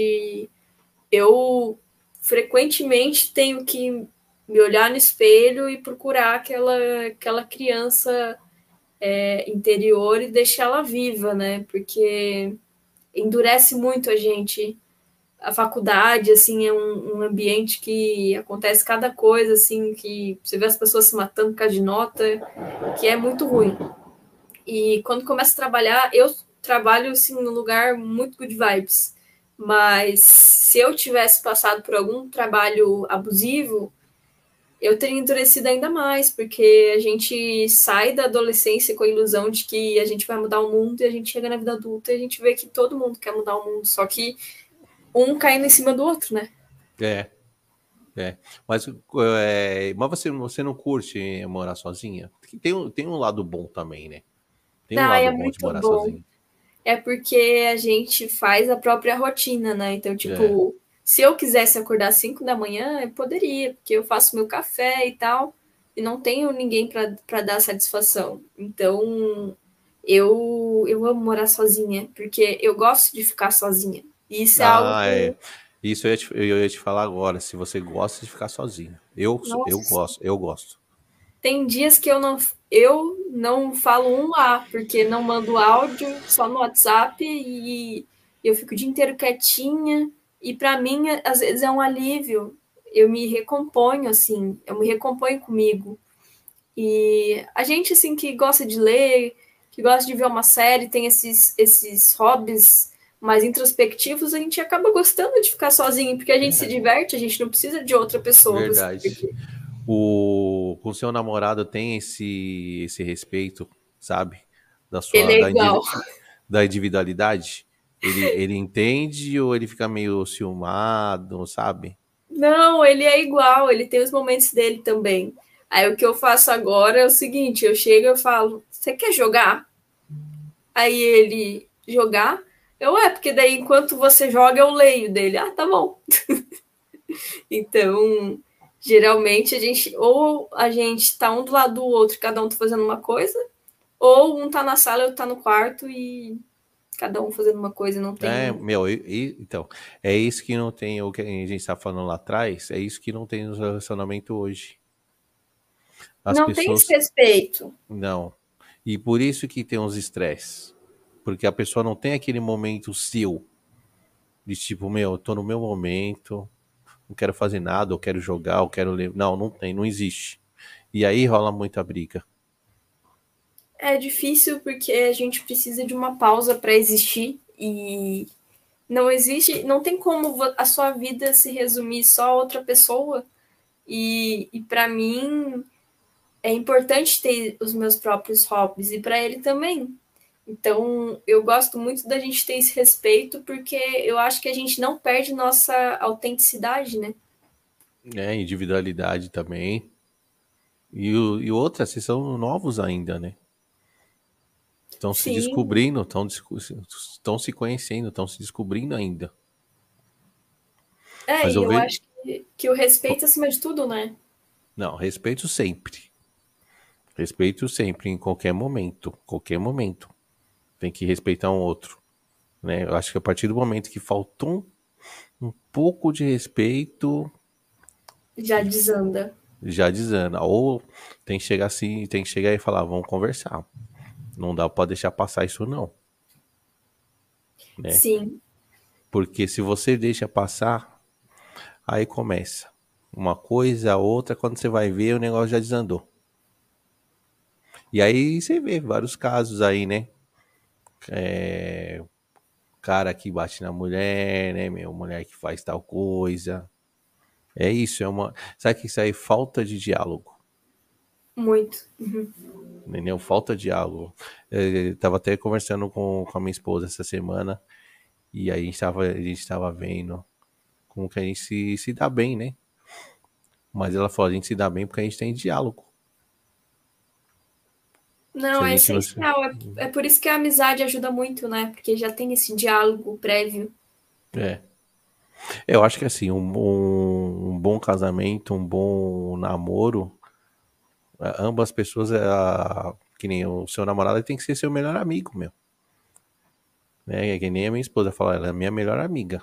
[SPEAKER 2] Eu frequentemente tenho que me olhar no espelho e procurar aquela criança interior e deixar ela viva, né? Porque endurece muito a gente. A faculdade, assim, é um ambiente que acontece cada coisa, assim, que você vê as pessoas se matando por causa de nota, que é muito ruim. E quando começa a trabalhar, eu trabalho assim num lugar muito good vibes. Mas se eu tivesse passado por algum trabalho abusivo, eu teria endurecido ainda mais, porque a gente sai da adolescência com a ilusão de que a gente vai mudar o mundo e a gente chega na vida adulta e a gente vê que todo mundo quer mudar o mundo, só que um caindo em cima do outro, né?
[SPEAKER 1] É, é. Mas, mas você não curte morar sozinha? Tem um lado bom também, né? Tem um
[SPEAKER 2] Ah,
[SPEAKER 1] lado
[SPEAKER 2] é
[SPEAKER 1] bom de
[SPEAKER 2] muito
[SPEAKER 1] morar
[SPEAKER 2] bom.
[SPEAKER 1] sozinho.
[SPEAKER 2] É porque a gente faz a própria rotina, né? Então,
[SPEAKER 1] É.
[SPEAKER 2] tipo, se eu quisesse acordar às 5 da manhã, eu poderia, porque eu faço meu café e tal, e não tenho ninguém para dar satisfação. Então, eu amo morar sozinha, porque eu gosto de ficar sozinha. E isso é
[SPEAKER 1] Ah, é.
[SPEAKER 2] algo.
[SPEAKER 1] Isso eu ia te falar agora, se você gosta de ficar sozinho. Eu
[SPEAKER 2] Nossa,
[SPEAKER 1] gosto, eu gosto.
[SPEAKER 2] tem dias que eu não falo um A, porque não mando áudio, só no WhatsApp e eu fico o dia inteiro quietinha. E para mim, às vezes é um alívio. Eu me recomponho assim, eu me recomponho comigo. E a gente assim que gosta de ler, que gosta de ver uma série, tem esses hobbies mais introspectivos, a gente acaba gostando de ficar sozinho, porque a gente se
[SPEAKER 1] É,
[SPEAKER 2] diverte, a gente não precisa de outra pessoa para se
[SPEAKER 1] verdade.
[SPEAKER 2] divertir.
[SPEAKER 1] Com o seu namorado tem esse respeito, sabe? Da
[SPEAKER 2] Ele
[SPEAKER 1] sua,
[SPEAKER 2] é
[SPEAKER 1] da,
[SPEAKER 2] igual.
[SPEAKER 1] da individualidade? Ele entende ou ele fica meio ciumado, sabe?
[SPEAKER 2] Não, ele é igual, ele tem os momentos dele também. Aí o que eu faço agora é o seguinte, eu chego e eu falo, você quer jogar? Aí ele, jogar? Porque daí enquanto você joga eu leio dele. Ah, tá bom. Então, geralmente ou a gente tá um do lado do outro, cada um tá fazendo uma coisa, ou um tá na sala, outro tá no quarto e cada um fazendo uma coisa, não
[SPEAKER 1] É,
[SPEAKER 2] tem,
[SPEAKER 1] meu, então, é isso que não tem, o que a gente estava falando lá atrás, é isso que não tem no relacionamento hoje. As
[SPEAKER 2] não tem esse
[SPEAKER 1] pessoas,
[SPEAKER 2] respeito.
[SPEAKER 1] não. E por isso que tem uns estresses. Porque a pessoa não tem aquele momento seu, de tipo, meu, eu tô no meu momento, não quero fazer nada, eu quero jogar, eu quero ler. Não, não tem, não existe. E aí rola muita briga.
[SPEAKER 2] É difícil porque a gente precisa de uma pausa para existir e não existe, não tem como a sua vida se resumir só a outra pessoa. E para mim é importante ter os meus próprios hobbies e para ele também. Então eu gosto muito da gente ter esse respeito porque eu acho que a gente não perde nossa autenticidade, né?
[SPEAKER 1] Né? Individualidade também. E outra, vocês são novos ainda, né? Estão se
[SPEAKER 2] Sim,
[SPEAKER 1] descobrindo, estão se conhecendo, estão se descobrindo ainda. Mas
[SPEAKER 2] e
[SPEAKER 1] eu
[SPEAKER 2] eu
[SPEAKER 1] vejo.
[SPEAKER 2] acho que o respeito acima de tudo, né?
[SPEAKER 1] Não, respeito sempre. Respeito sempre, em qualquer momento. Qualquer momento. Tem que respeitar um outro. Né? Eu acho que a partir do momento que faltou um pouco de respeito,
[SPEAKER 2] Já desanda.
[SPEAKER 1] já desanda. Ou tem que chegar assim, tem que chegar e falar, vamos conversar. Não dá pra deixar passar isso não, né?
[SPEAKER 2] Sim,
[SPEAKER 1] Porque se você deixa passar, aí começa. Uma coisa, outra, quando você vai ver, o negócio já desandou. E aí você vê vários casos aí, né? cara que bate na mulher, né, meu? Mulher que faz tal coisa. É isso, é uma. Sabe que isso aí é falta de diálogo.
[SPEAKER 2] Muito. Uhum.
[SPEAKER 1] Entendeu? Falta de diálogo. Tava até conversando com a minha esposa essa semana. E aí a gente tava vendo como que a gente se dá bem, né? Mas ela falou, a gente se dá bem porque a gente tem diálogo. Se
[SPEAKER 2] Não,
[SPEAKER 1] a
[SPEAKER 2] é
[SPEAKER 1] gente não se...
[SPEAKER 2] essencial. É por isso que a amizade ajuda muito, né? Porque já tem esse diálogo prévio.
[SPEAKER 1] É. Eu acho que assim, um bom casamento, um bom namoro, ambas pessoas, que nem o seu namorado, ele tem que ser seu melhor amigo, meu. Né? É que nem a minha esposa fala, ela é a minha melhor amiga.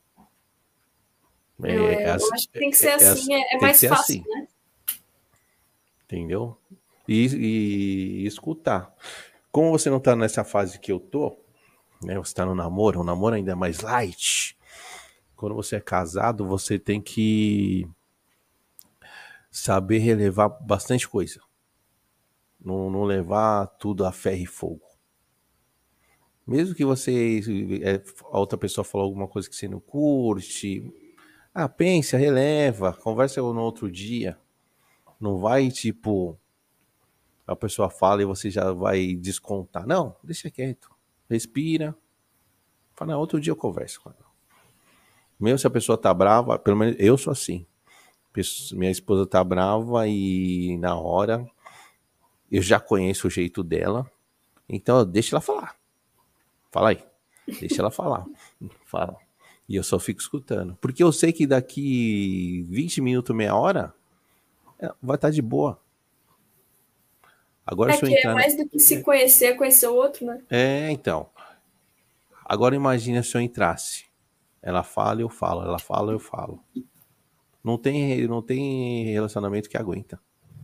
[SPEAKER 2] Não,
[SPEAKER 1] É, é,
[SPEAKER 2] eu
[SPEAKER 1] assim-
[SPEAKER 2] acho que tem que ser assim, é
[SPEAKER 1] tem que
[SPEAKER 2] mais
[SPEAKER 1] ser
[SPEAKER 2] fácil,
[SPEAKER 1] assim,
[SPEAKER 2] né?
[SPEAKER 1] entendeu? E escutar. Como você não tá nessa fase que eu tô, né? Você tá no namoro, o namoro ainda é mais light. Quando você é casado, você tem que saber relevar bastante coisa. Não levar tudo a ferro e fogo. Mesmo que a outra pessoa falou alguma coisa que você não curte, pensa, releva, conversa no outro dia. Não vai, tipo, a pessoa fala e você já vai descontar. Não, deixa quieto. Respira. Fala, não, outro dia eu converso com ela. Mesmo se a pessoa tá brava, pelo menos eu sou assim. Minha esposa tá brava e na hora eu já conheço o jeito dela. Então, deixa ela falar. Fala aí. Deixa ela falar. Fala. E eu só fico escutando. Porque eu sei que daqui 20 minutos, meia hora, vai estar de boa. Agora
[SPEAKER 2] É
[SPEAKER 1] se eu
[SPEAKER 2] que é
[SPEAKER 1] entrar.
[SPEAKER 2] mais do que se conhecer, conhecer o outro, né?
[SPEAKER 1] Então. Agora imagina se eu entrasse. Ela fala, eu falo. Ela fala, eu falo. Não tem relacionamento que aguenta,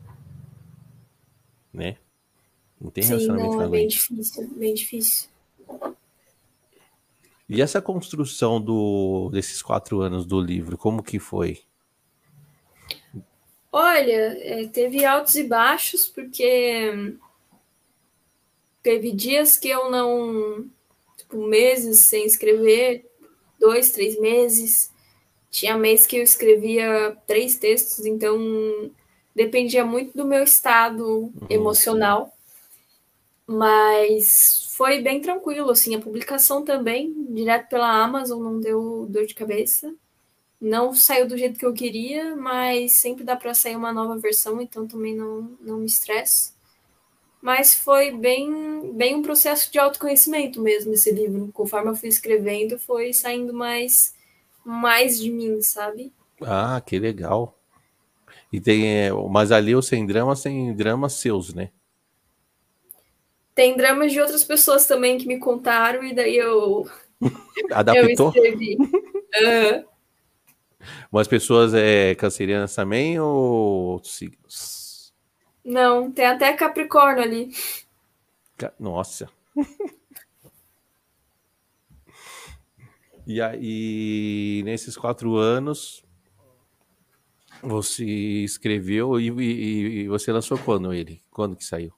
[SPEAKER 1] né? Não tem
[SPEAKER 2] Sim,
[SPEAKER 1] relacionamento
[SPEAKER 2] não,
[SPEAKER 1] que
[SPEAKER 2] é bem
[SPEAKER 1] aguenta.
[SPEAKER 2] difícil, bem difícil.
[SPEAKER 1] E essa construção desses 4 anos do livro, como que foi?
[SPEAKER 2] Olha, teve altos e baixos, porque teve dias que eu não, tipo, meses sem escrever, 2, 3 meses. Tinha mês que eu escrevia 3 textos, então dependia muito do meu estado
[SPEAKER 1] Sim.
[SPEAKER 2] emocional. Mas foi bem tranquilo, assim, a publicação também, direto pela Amazon, não deu dor de cabeça. Não saiu do jeito que eu queria, mas sempre dá para sair uma nova versão, então também não me estresso. Mas foi bem um processo de autoconhecimento mesmo esse livro. Conforme eu fui escrevendo, foi saindo mais de mim, sabe?
[SPEAKER 1] Ah, que legal. E mas ali o sem dramas tem dramas seus, né?
[SPEAKER 2] Tem dramas de outras pessoas também que me contaram e daí eu
[SPEAKER 1] Adaptou?
[SPEAKER 2] escrevi. Uhum.
[SPEAKER 1] Mas pessoas cancerianas também ou outros signos?
[SPEAKER 2] Não, tem até Capricórnio ali.
[SPEAKER 1] Nossa. E aí, nesses 4 anos, você escreveu e você lançou quando ele? Quando que saiu?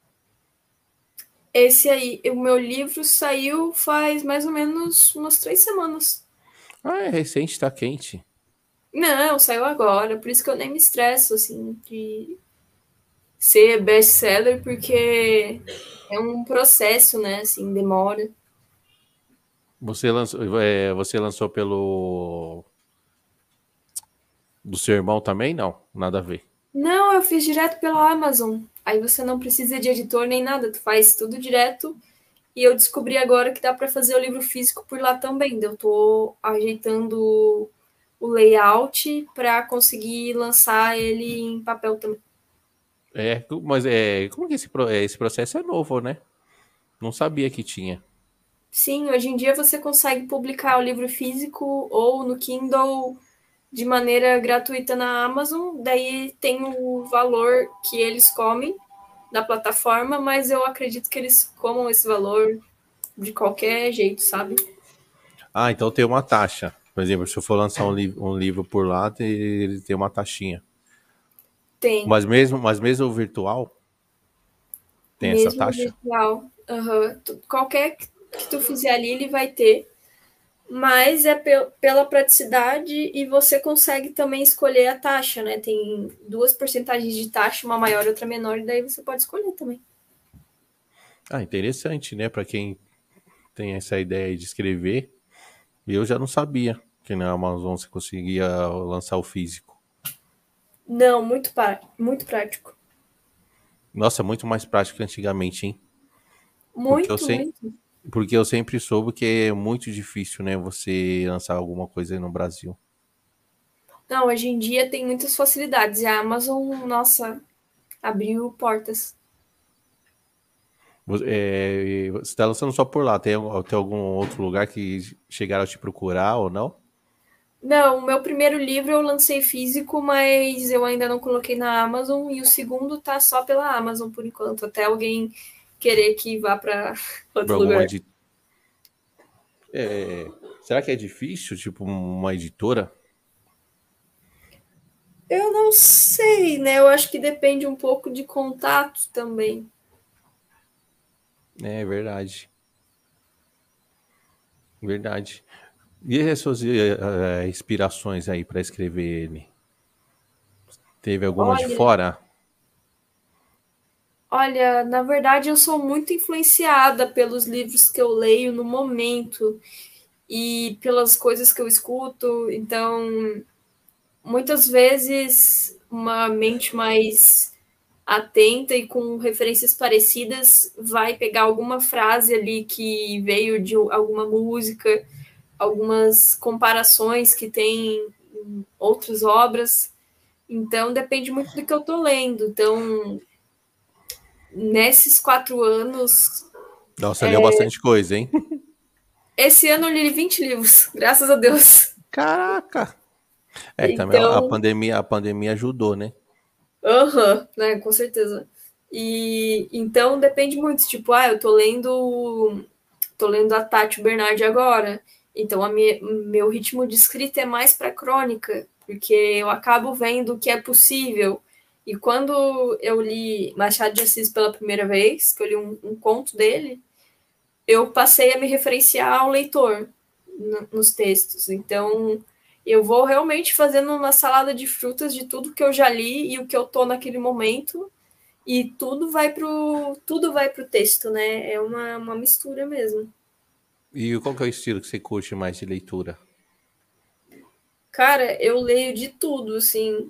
[SPEAKER 2] Esse aí, o meu livro saiu faz mais ou menos umas 3 semanas.
[SPEAKER 1] Ah, é recente, tá quente.
[SPEAKER 2] Não, saiu agora, por isso que eu nem me estresso, assim, de ser best-seller, porque é um processo, né, assim, demora.
[SPEAKER 1] Você lançou pelo do seu irmão também? Não, nada a ver.
[SPEAKER 2] Não, eu fiz direto pela Amazon. Aí você não precisa de editor nem nada, tu faz tudo direto. E eu descobri agora que dá para fazer o livro físico por lá também. Eu tô ajeitando o layout para conseguir lançar ele em papel também.
[SPEAKER 1] Mas como que esse processo é novo, né? Não sabia que tinha.
[SPEAKER 2] Sim, hoje em dia você consegue publicar o livro físico ou no Kindle de maneira gratuita na Amazon. Daí tem o valor que eles comem da plataforma, mas eu acredito que eles comam esse valor de qualquer jeito, sabe?
[SPEAKER 1] Ah, então tem uma taxa. Por exemplo, se eu for lançar um livro por lá, ele tem uma taxinha.
[SPEAKER 2] Tem,
[SPEAKER 1] Mas mesmo o virtual tem essa
[SPEAKER 2] mesmo
[SPEAKER 1] taxa?
[SPEAKER 2] virtual. Uhum. Qualquer. que tu fizer ali, ele vai ter. Mas é pela praticidade e você consegue também escolher a taxa, né? Tem 2 porcentagens de taxa, uma maior e outra menor, e daí você pode escolher também.
[SPEAKER 1] Ah, interessante, né? Para quem tem essa ideia de escrever, eu já não sabia que na Amazon você conseguia lançar o físico.
[SPEAKER 2] Não, muito prático.
[SPEAKER 1] Nossa, muito mais prático que antigamente, hein? Porque eu,
[SPEAKER 2] Muito,
[SPEAKER 1] sem...
[SPEAKER 2] muito.
[SPEAKER 1] Porque eu sempre soube que é muito difícil, né? Você lançar alguma coisa aí no Brasil.
[SPEAKER 2] Não, hoje em dia tem muitas facilidades. E a Amazon, nossa, abriu portas.
[SPEAKER 1] Você está lançando só por lá. Tem algum outro lugar que chegaram a te procurar ou não?
[SPEAKER 2] Não, o meu primeiro livro eu lancei físico, mas eu ainda não coloquei na Amazon. E o segundo tá só pela Amazon por enquanto, até alguém querer que vá para
[SPEAKER 1] Pra
[SPEAKER 2] outro
[SPEAKER 1] alguma
[SPEAKER 2] lugar.
[SPEAKER 1] editora? Será que é difícil, tipo, uma editora?
[SPEAKER 2] Eu não sei, né? Eu acho que depende um pouco de contato também.
[SPEAKER 1] É verdade. Verdade. E as suas inspirações aí para escrever ele? Teve alguma de
[SPEAKER 2] Olha,
[SPEAKER 1] fora?
[SPEAKER 2] olha, na verdade eu sou muito influenciada pelos livros que eu leio no momento e pelas coisas que eu escuto. Então, muitas vezes uma mente mais atenta e com referências parecidas vai pegar alguma frase ali que veio de alguma música, algumas comparações que tem em outras obras. Então, depende muito do que eu tô lendo. Então, nesses 4 anos,
[SPEAKER 1] Nossa, leu bastante coisa, hein?
[SPEAKER 2] esse ano eu li 20 livros, graças a Deus.
[SPEAKER 1] Caraca! É, também
[SPEAKER 2] Então,
[SPEAKER 1] a pandemia ajudou, né?
[SPEAKER 2] né, com certeza. E então depende muito, tipo, eu tô lendo a Tati Bernardi agora. Então meu ritmo de escrita é mais para crônica, porque eu acabo vendo o que é possível. E quando eu li Machado de Assis pela primeira vez, que eu li um conto dele, eu passei a me referenciar ao leitor nos textos. Então, eu vou realmente fazendo uma salada de frutas de tudo que eu já li e o que eu tô naquele momento, e tudo vai pro texto, né? É uma mistura mesmo.
[SPEAKER 1] E qual que é o estilo que você curte mais de leitura?
[SPEAKER 2] Cara, eu leio de tudo, assim.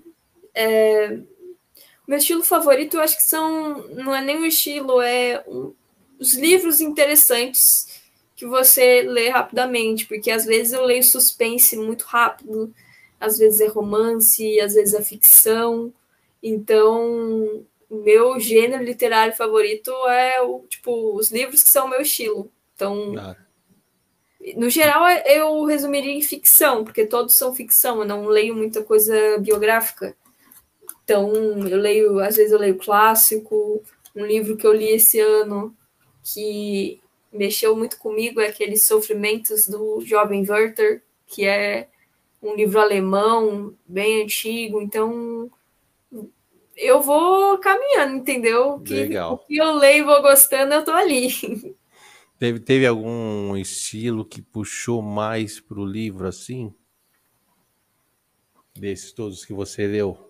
[SPEAKER 2] Meu estilo favorito, eu acho que não é nem um estilo, os livros interessantes que você lê rapidamente, porque às vezes eu leio suspense muito rápido, às vezes é romance, às vezes é ficção. Então, o meu gênero literário favorito é tipo, os livros que são o meu estilo. Então,
[SPEAKER 1] Ah,
[SPEAKER 2] no geral, eu resumiria em ficção, porque todos são ficção, eu não leio muita coisa biográfica. Então, às vezes eu leio clássico, um livro que eu li esse ano que mexeu muito comigo é aqueles Sofrimentos do Jovem Werther, que é um livro alemão bem antigo. Então, eu vou caminhando, entendeu? O
[SPEAKER 1] legal.
[SPEAKER 2] que eu leio e vou gostando, eu tô ali.
[SPEAKER 1] Teve algum estilo que puxou mais pro livro, assim? Desses todos que você leu?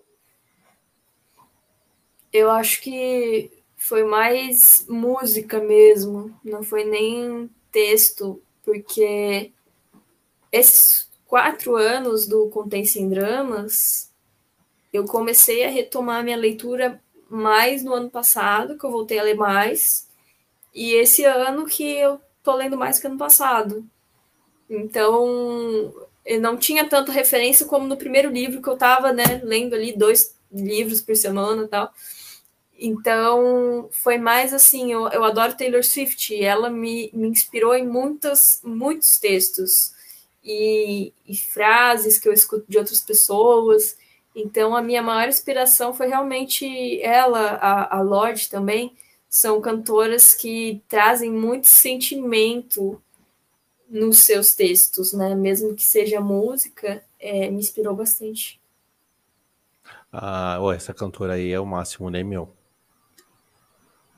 [SPEAKER 2] Eu acho que foi mais música mesmo, não foi nem texto, porque esses 4 anos do Contém Sem Dramas, eu comecei a retomar minha leitura mais no ano passado, que eu voltei a ler mais, e esse ano que eu tô lendo mais que ano passado. Então, eu não tinha tanta referência como no primeiro livro que eu tava, né, lendo ali 2 livros por semana e tal. Então, foi mais assim, eu adoro Taylor Swift, e ela me inspirou em muitos textos e frases que eu escuto de outras pessoas. Então, a minha maior inspiração foi realmente ela, a Lorde também, são cantoras que trazem muito sentimento nos seus textos, né? Mesmo que seja música, me inspirou bastante.
[SPEAKER 1] Ah, ó, essa cantora aí é o máximo, né, meu?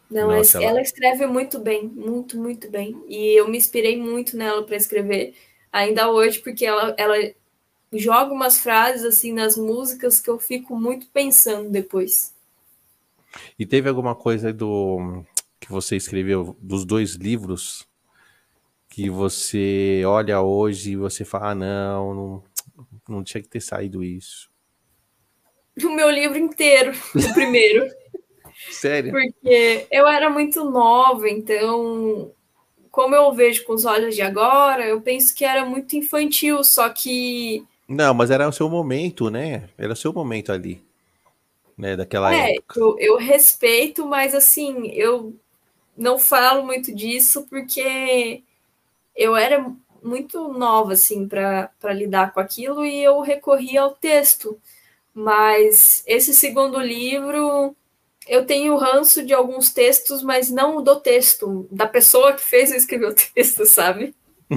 [SPEAKER 2] Não,
[SPEAKER 1] Nossa, ela.
[SPEAKER 2] ela escreve muito bem, muito, muito bem. E eu me inspirei muito nela para escrever ainda hoje, porque ela joga umas frases assim nas músicas que eu fico muito pensando depois.
[SPEAKER 1] E teve alguma coisa do que você escreveu dos dois livros que você olha hoje e você fala, não tinha que ter saído isso.
[SPEAKER 2] O meu livro inteiro, do primeiro,
[SPEAKER 1] Sério?
[SPEAKER 2] porque eu era muito nova, então, como eu vejo com os olhos de agora, eu penso que era muito infantil, só que
[SPEAKER 1] Não, mas era o seu momento, né? Era o seu momento ali, né? Daquela época.
[SPEAKER 2] eu respeito, mas assim, eu não falo muito disso porque eu era muito nova assim para lidar com aquilo e eu recorri ao texto. Mas esse segundo livro, eu tenho ranço de alguns textos, mas não do texto, da pessoa que fez eu escrever o texto, sabe?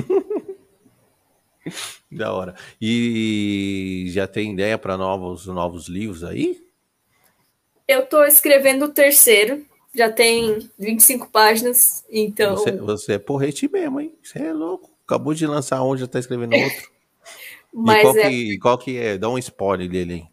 [SPEAKER 1] Da hora. E já tem ideia para novos livros aí?
[SPEAKER 2] Eu estou escrevendo o terceiro, já tem 25 páginas,
[SPEAKER 1] Você,
[SPEAKER 2] então.
[SPEAKER 1] você é porrete mesmo, hein? Você é louco. Acabou de lançar um, já tá escrevendo outro. E
[SPEAKER 2] Mas é.
[SPEAKER 1] qual que é? Dá um spoiler dele aí.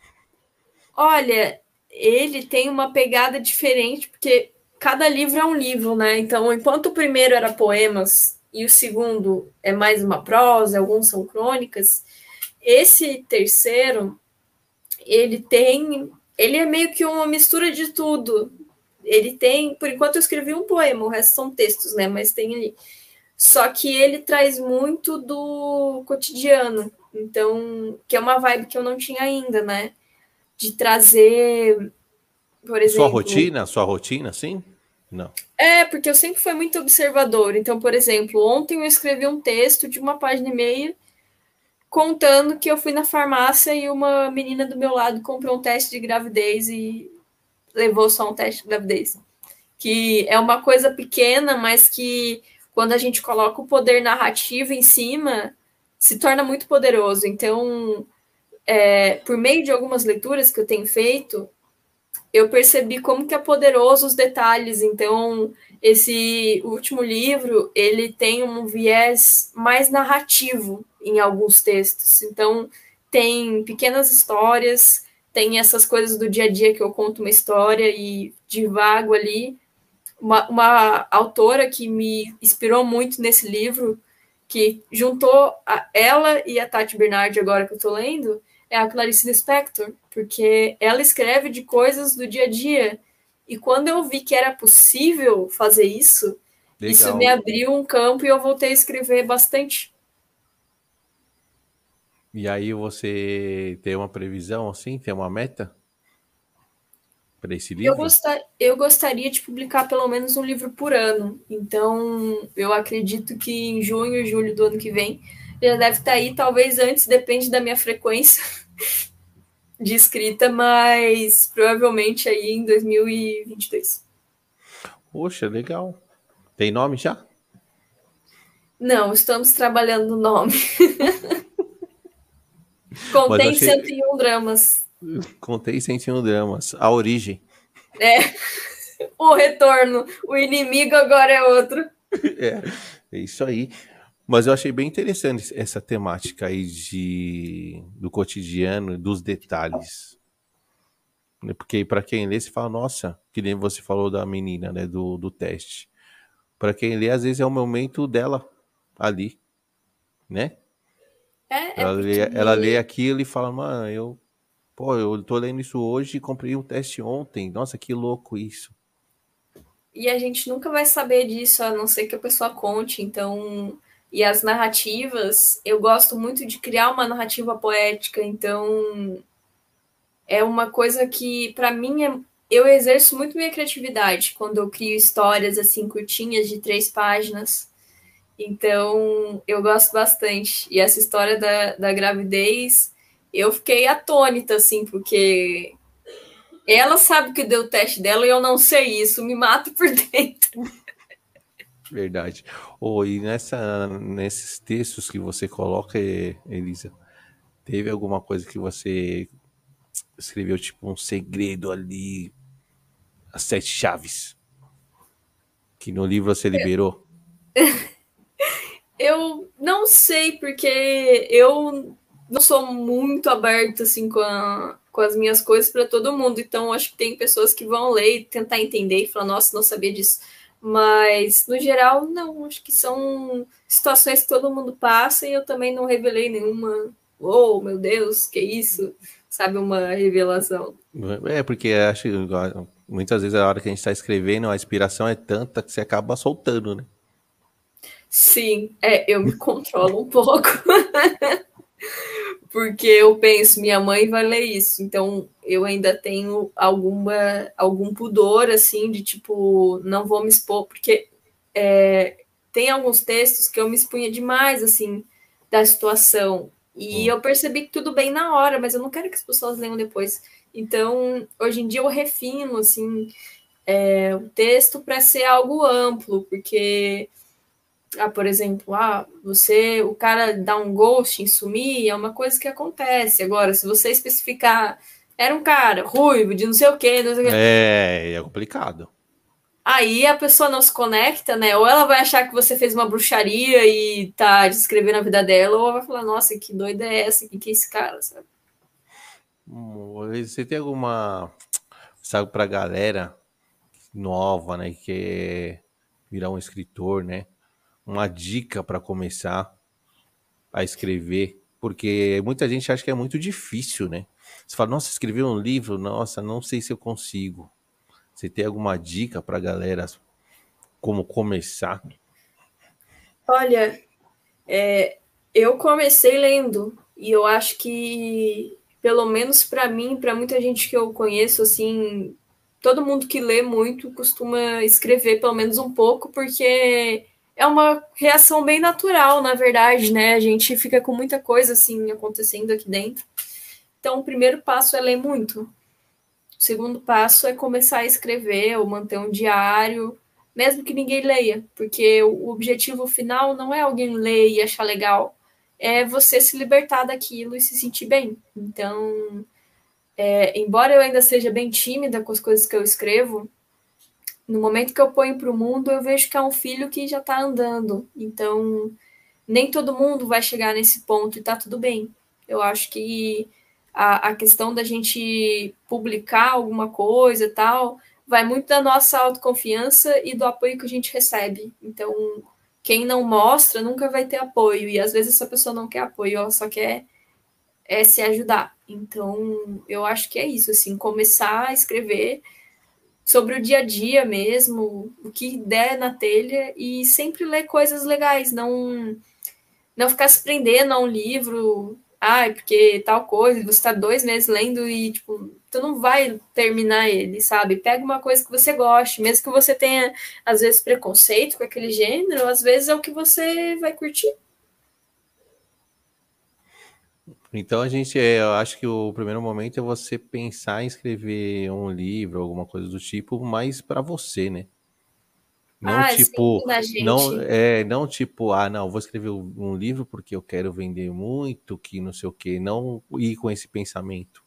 [SPEAKER 2] Olha, ele tem uma pegada diferente, porque cada livro é um livro, né? Então, enquanto o primeiro era poemas e o segundo é mais uma prosa, alguns são crônicas, esse terceiro, ele tem. Ele é meio que uma mistura de tudo. Ele tem. Por enquanto eu escrevi um poema, o resto são textos, né? Mas tem ali. Só que ele traz muito do cotidiano. Então, que é uma vibe que eu não tinha ainda, né? De trazer, por exemplo.
[SPEAKER 1] Sua rotina, sim? Não.
[SPEAKER 2] Porque eu sempre fui muito observador. Então, por exemplo, ontem eu escrevi um texto de uma página e meia contando que eu fui na farmácia e uma menina do meu lado comprou um teste de gravidez e levou só um teste de gravidez. Que é uma coisa pequena, mas que quando a gente coloca o poder narrativo em cima, se torna muito poderoso. Então, por meio de algumas leituras que eu tenho feito, eu percebi como que é poderoso os detalhes. Então, esse último livro, ele tem um viés mais narrativo em alguns textos. Então, tem pequenas histórias, tem essas coisas do dia a dia que eu conto uma história e divago ali. Uma autora que me inspirou muito nesse livro, que juntou ela e a Tati Bernardi, agora que eu tô lendo, é a Clarice Lispector, porque ela escreve de coisas do dia a dia. E quando eu vi que era possível fazer isso me
[SPEAKER 1] Legal.
[SPEAKER 2] abriu um campo e eu voltei a escrever bastante.
[SPEAKER 1] E aí você tem uma previsão assim? Tem uma meta para esse livro?
[SPEAKER 2] Eu gostaria de publicar pelo menos um livro por ano. Então, eu acredito que em junho, julho do ano que vem já deve estar aí, talvez antes, depende da minha frequência de escrita, mas provavelmente aí em 2022.
[SPEAKER 1] Poxa, legal. Tem nome já?
[SPEAKER 2] Não, estamos trabalhando no nome.
[SPEAKER 1] Mas eu
[SPEAKER 2] Contém
[SPEAKER 1] achei.
[SPEAKER 2] 101 dramas.
[SPEAKER 1] Contei 101 dramas. A origem.
[SPEAKER 2] O retorno, o inimigo agora é outro.
[SPEAKER 1] É isso aí. Mas eu achei bem interessante essa temática aí do cotidiano, dos detalhes. Né? Porque para quem lê, você fala, nossa, que nem você falou da menina, né, do teste. Para quem lê, às vezes é o momento dela ali, né?
[SPEAKER 2] É
[SPEAKER 1] Ela lê
[SPEAKER 2] porque.
[SPEAKER 1] aquilo e fala, mano, eu tô lendo isso hoje e comprei um teste ontem. Nossa, que louco isso.
[SPEAKER 2] E a gente nunca vai saber disso, a não ser que a pessoa conte. Então, e as narrativas, eu gosto muito de criar uma narrativa poética. Então, é uma coisa que, para mim, eu exerço muito minha criatividade quando eu crio histórias assim curtinhas de 3 páginas. Então, eu gosto bastante. E essa história da gravidez, eu fiquei atônita, assim, porque ela sabe que deu o teste dela e eu não sei isso, me mato por dentro.
[SPEAKER 1] Verdade. Oh, e nesses textos que você coloca, Elisa, teve alguma coisa que você escreveu, tipo um segredo ali, as 7 chaves? Que no livro você liberou?
[SPEAKER 2] Eu não sei, porque eu não sou muito aberta assim com as minhas coisas para todo mundo. Então, acho que tem pessoas que vão ler e tentar entender e falar, nossa, não sabia disso. Mas, no geral, não. Acho que são situações que todo mundo passa e eu também não revelei nenhuma. Oh, meu Deus, que isso? Sabe, uma revelação.
[SPEAKER 1] É, porque acho que muitas vezes a hora que a gente está escrevendo, a inspiração é tanta que você acaba soltando, né?
[SPEAKER 2] Sim, eu me controlo um pouco. Porque eu penso, minha mãe vai ler isso, então eu ainda tenho algum pudor, assim, de tipo, não vou me expor, porque tem alguns textos que eu me expunha demais, assim, da situação, e eu percebi que tudo bem na hora, mas eu não quero que as pessoas leiam depois. Então, hoje em dia eu refino, assim, o texto para ser algo amplo, porque por exemplo, o cara dá um ghosting, sumir, é uma coisa que acontece. Agora, se você especificar, era um cara ruivo, de não sei o quê, não sei o quê,
[SPEAKER 1] É complicado.
[SPEAKER 2] aí a pessoa não se conecta, né? Ou ela vai achar que você fez uma bruxaria e tá descrevendo a vida dela, ou ela vai falar, nossa, que doida é essa? Que é esse cara, sabe?
[SPEAKER 1] Você tem alguma, sabe, pra galera nova, né, que quer virar um escritor, né? Uma dica para começar a escrever, porque muita gente acha que é muito difícil, né? Você fala, nossa, escrever um livro, nossa, não sei se eu consigo. Você tem alguma dica para galera como começar?
[SPEAKER 2] Olha, eu comecei lendo, e eu acho que, pelo menos para mim, para muita gente que eu conheço, assim, todo mundo que lê muito costuma escrever pelo menos um pouco, porque é uma reação bem natural, na verdade, né? A gente fica com muita coisa assim acontecendo aqui dentro. Então, o primeiro passo é ler muito. O segundo passo é começar a escrever ou manter um diário, mesmo que ninguém leia, porque o objetivo final não é alguém ler e achar legal, é você se libertar daquilo e se sentir bem. Então, embora eu ainda seja bem tímida com as coisas que eu escrevo, no momento que eu ponho para o mundo, eu vejo que é um filho que já está andando. Então, nem todo mundo vai chegar nesse ponto e tá tudo bem. Eu acho que a questão da gente publicar alguma coisa e tal vai muito da nossa autoconfiança e do apoio que a gente recebe. Então, quem não mostra nunca vai ter apoio. E às vezes essa pessoa não quer apoio, ela só quer se ajudar. Então, eu acho que é isso, assim, começar a escrever sobre o dia a dia mesmo, o que der na telha e sempre ler coisas legais, não ficar se prendendo a um livro, porque tal coisa, você tá 2 meses lendo e, tipo, tu não vai terminar ele, sabe? Pega uma coisa que você goste, mesmo que você tenha, às vezes, preconceito com aquele gênero, às vezes é o que você vai curtir.
[SPEAKER 1] Então eu acho que o primeiro momento é você pensar em escrever um livro, alguma coisa do tipo, mais para você, né? Não
[SPEAKER 2] Sempre
[SPEAKER 1] tipo,
[SPEAKER 2] na gente.
[SPEAKER 1] não tipo, não, vou escrever um livro porque eu quero vender muito, que não sei o quê, não ir com esse pensamento.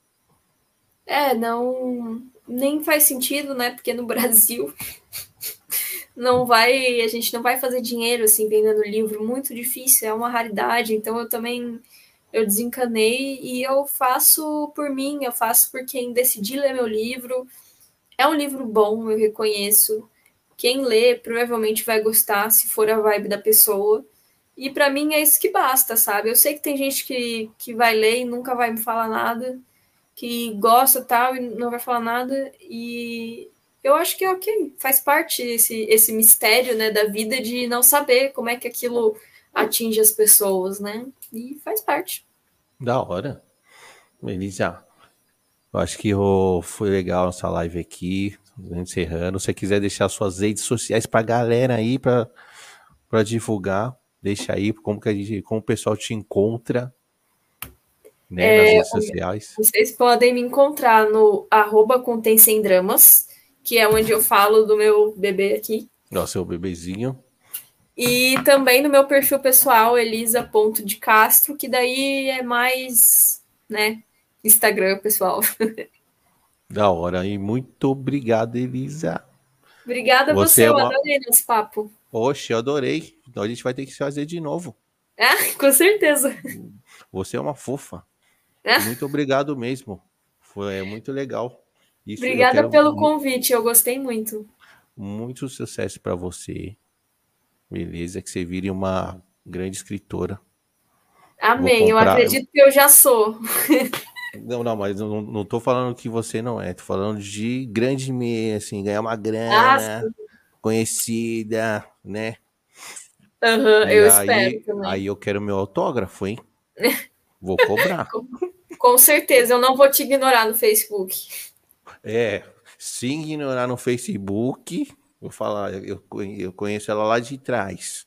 [SPEAKER 2] Não, nem faz sentido, né? Porque no Brasil não vai, a gente não vai fazer dinheiro assim vendendo livro, muito difícil, é uma raridade. Então eu desencanei e eu faço por mim, eu faço por quem decidi ler meu livro. É um livro bom, eu reconheço. Quem lê provavelmente vai gostar, se for a vibe da pessoa. E para mim é isso que basta, sabe? Eu sei que tem gente que vai ler e nunca vai me falar nada, que gosta tal e não vai falar nada. E eu acho que é ok, faz parte esse mistério, né, da vida de não saber como é que aquilo atinge as pessoas, né? E faz parte.
[SPEAKER 1] Da hora. Elisa, eu acho que foi legal essa live aqui, encerrando. Se você quiser deixar suas redes sociais pra galera aí, pra divulgar, deixa aí como o pessoal te encontra, né, nas redes sociais.
[SPEAKER 2] Vocês podem me encontrar no @contém sem dramas, que é onde eu falo do meu bebê aqui.
[SPEAKER 1] Nossa, seu bebezinho.
[SPEAKER 2] E também no meu perfil pessoal, elisa.decastro, que daí é mais, né, Instagram pessoal.
[SPEAKER 1] Da hora. E muito obrigado, Elisa.
[SPEAKER 2] Obrigada a
[SPEAKER 1] Você
[SPEAKER 2] você,
[SPEAKER 1] é
[SPEAKER 2] eu
[SPEAKER 1] uma.
[SPEAKER 2] adorei nosso papo.
[SPEAKER 1] Oxe, eu adorei. Então a gente vai ter que se fazer de novo.
[SPEAKER 2] Ah, com certeza.
[SPEAKER 1] Você é uma fofa. E
[SPEAKER 2] Ah,
[SPEAKER 1] muito obrigado mesmo. Foi muito legal. Isso eu
[SPEAKER 2] obrigada
[SPEAKER 1] quero
[SPEAKER 2] pelo convite, eu gostei muito.
[SPEAKER 1] muito sucesso para você. Beleza? Que você vire uma grande escritora. Vou
[SPEAKER 2] Amém, eu
[SPEAKER 1] comprar.
[SPEAKER 2] acredito que eu já sou.
[SPEAKER 1] Não, não, mas não tô falando que você não é. Tô falando de grande mesmo, assim, ganhar uma
[SPEAKER 2] Ah,
[SPEAKER 1] grana, conhecida, né?
[SPEAKER 2] aham,
[SPEAKER 1] E
[SPEAKER 2] eu espero
[SPEAKER 1] aí
[SPEAKER 2] também.
[SPEAKER 1] eu quero meu autógrafo, hein? Vou cobrar.
[SPEAKER 2] Com certeza, eu não vou te ignorar no Facebook.
[SPEAKER 1] É, se ignorar no Facebook, vou falar, eu conheço ela lá de trás.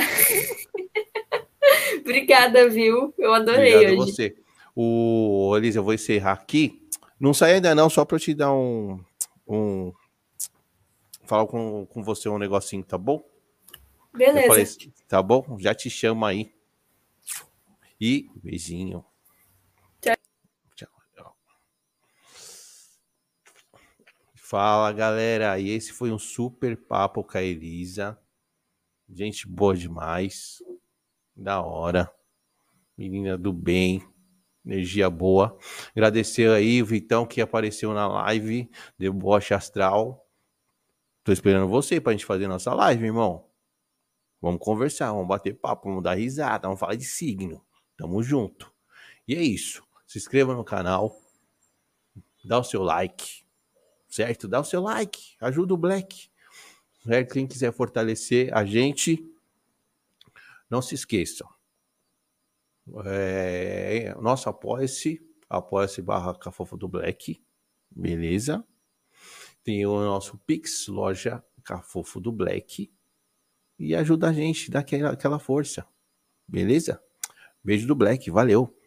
[SPEAKER 2] Obrigada, viu? Eu adorei
[SPEAKER 1] Obrigado a
[SPEAKER 2] hoje.
[SPEAKER 1] você. Elisa, eu vou encerrar aqui. Não sai ainda não, só para eu te dar um falar com você um negocinho, tá bom? Eu falei,
[SPEAKER 2] Beleza.
[SPEAKER 1] tá bom? Já te chamo aí. E beijinho. Tchau. Fala, galera. E esse foi um super papo com a Elisa. Gente boa demais. Da hora. Menina do bem. Energia boa. Agradecer aí o Vitão que apareceu na live. Deboche Astral. Tô esperando você pra gente fazer nossa live, irmão. Vamos conversar, vamos bater papo, vamos dar risada, vamos falar de signo. Tamo junto. E é isso. Se inscreva no canal, dá o seu like, certo? Dá o seu like, ajuda o Black. Certo? Quem quiser fortalecer a gente, não se esqueçam. Nosso apoia-se barra Cafofo do Black, beleza? Tem o nosso Pix, loja Cafofo do Black, e ajuda a gente, dá aquela força, beleza? Beijo do Black, valeu!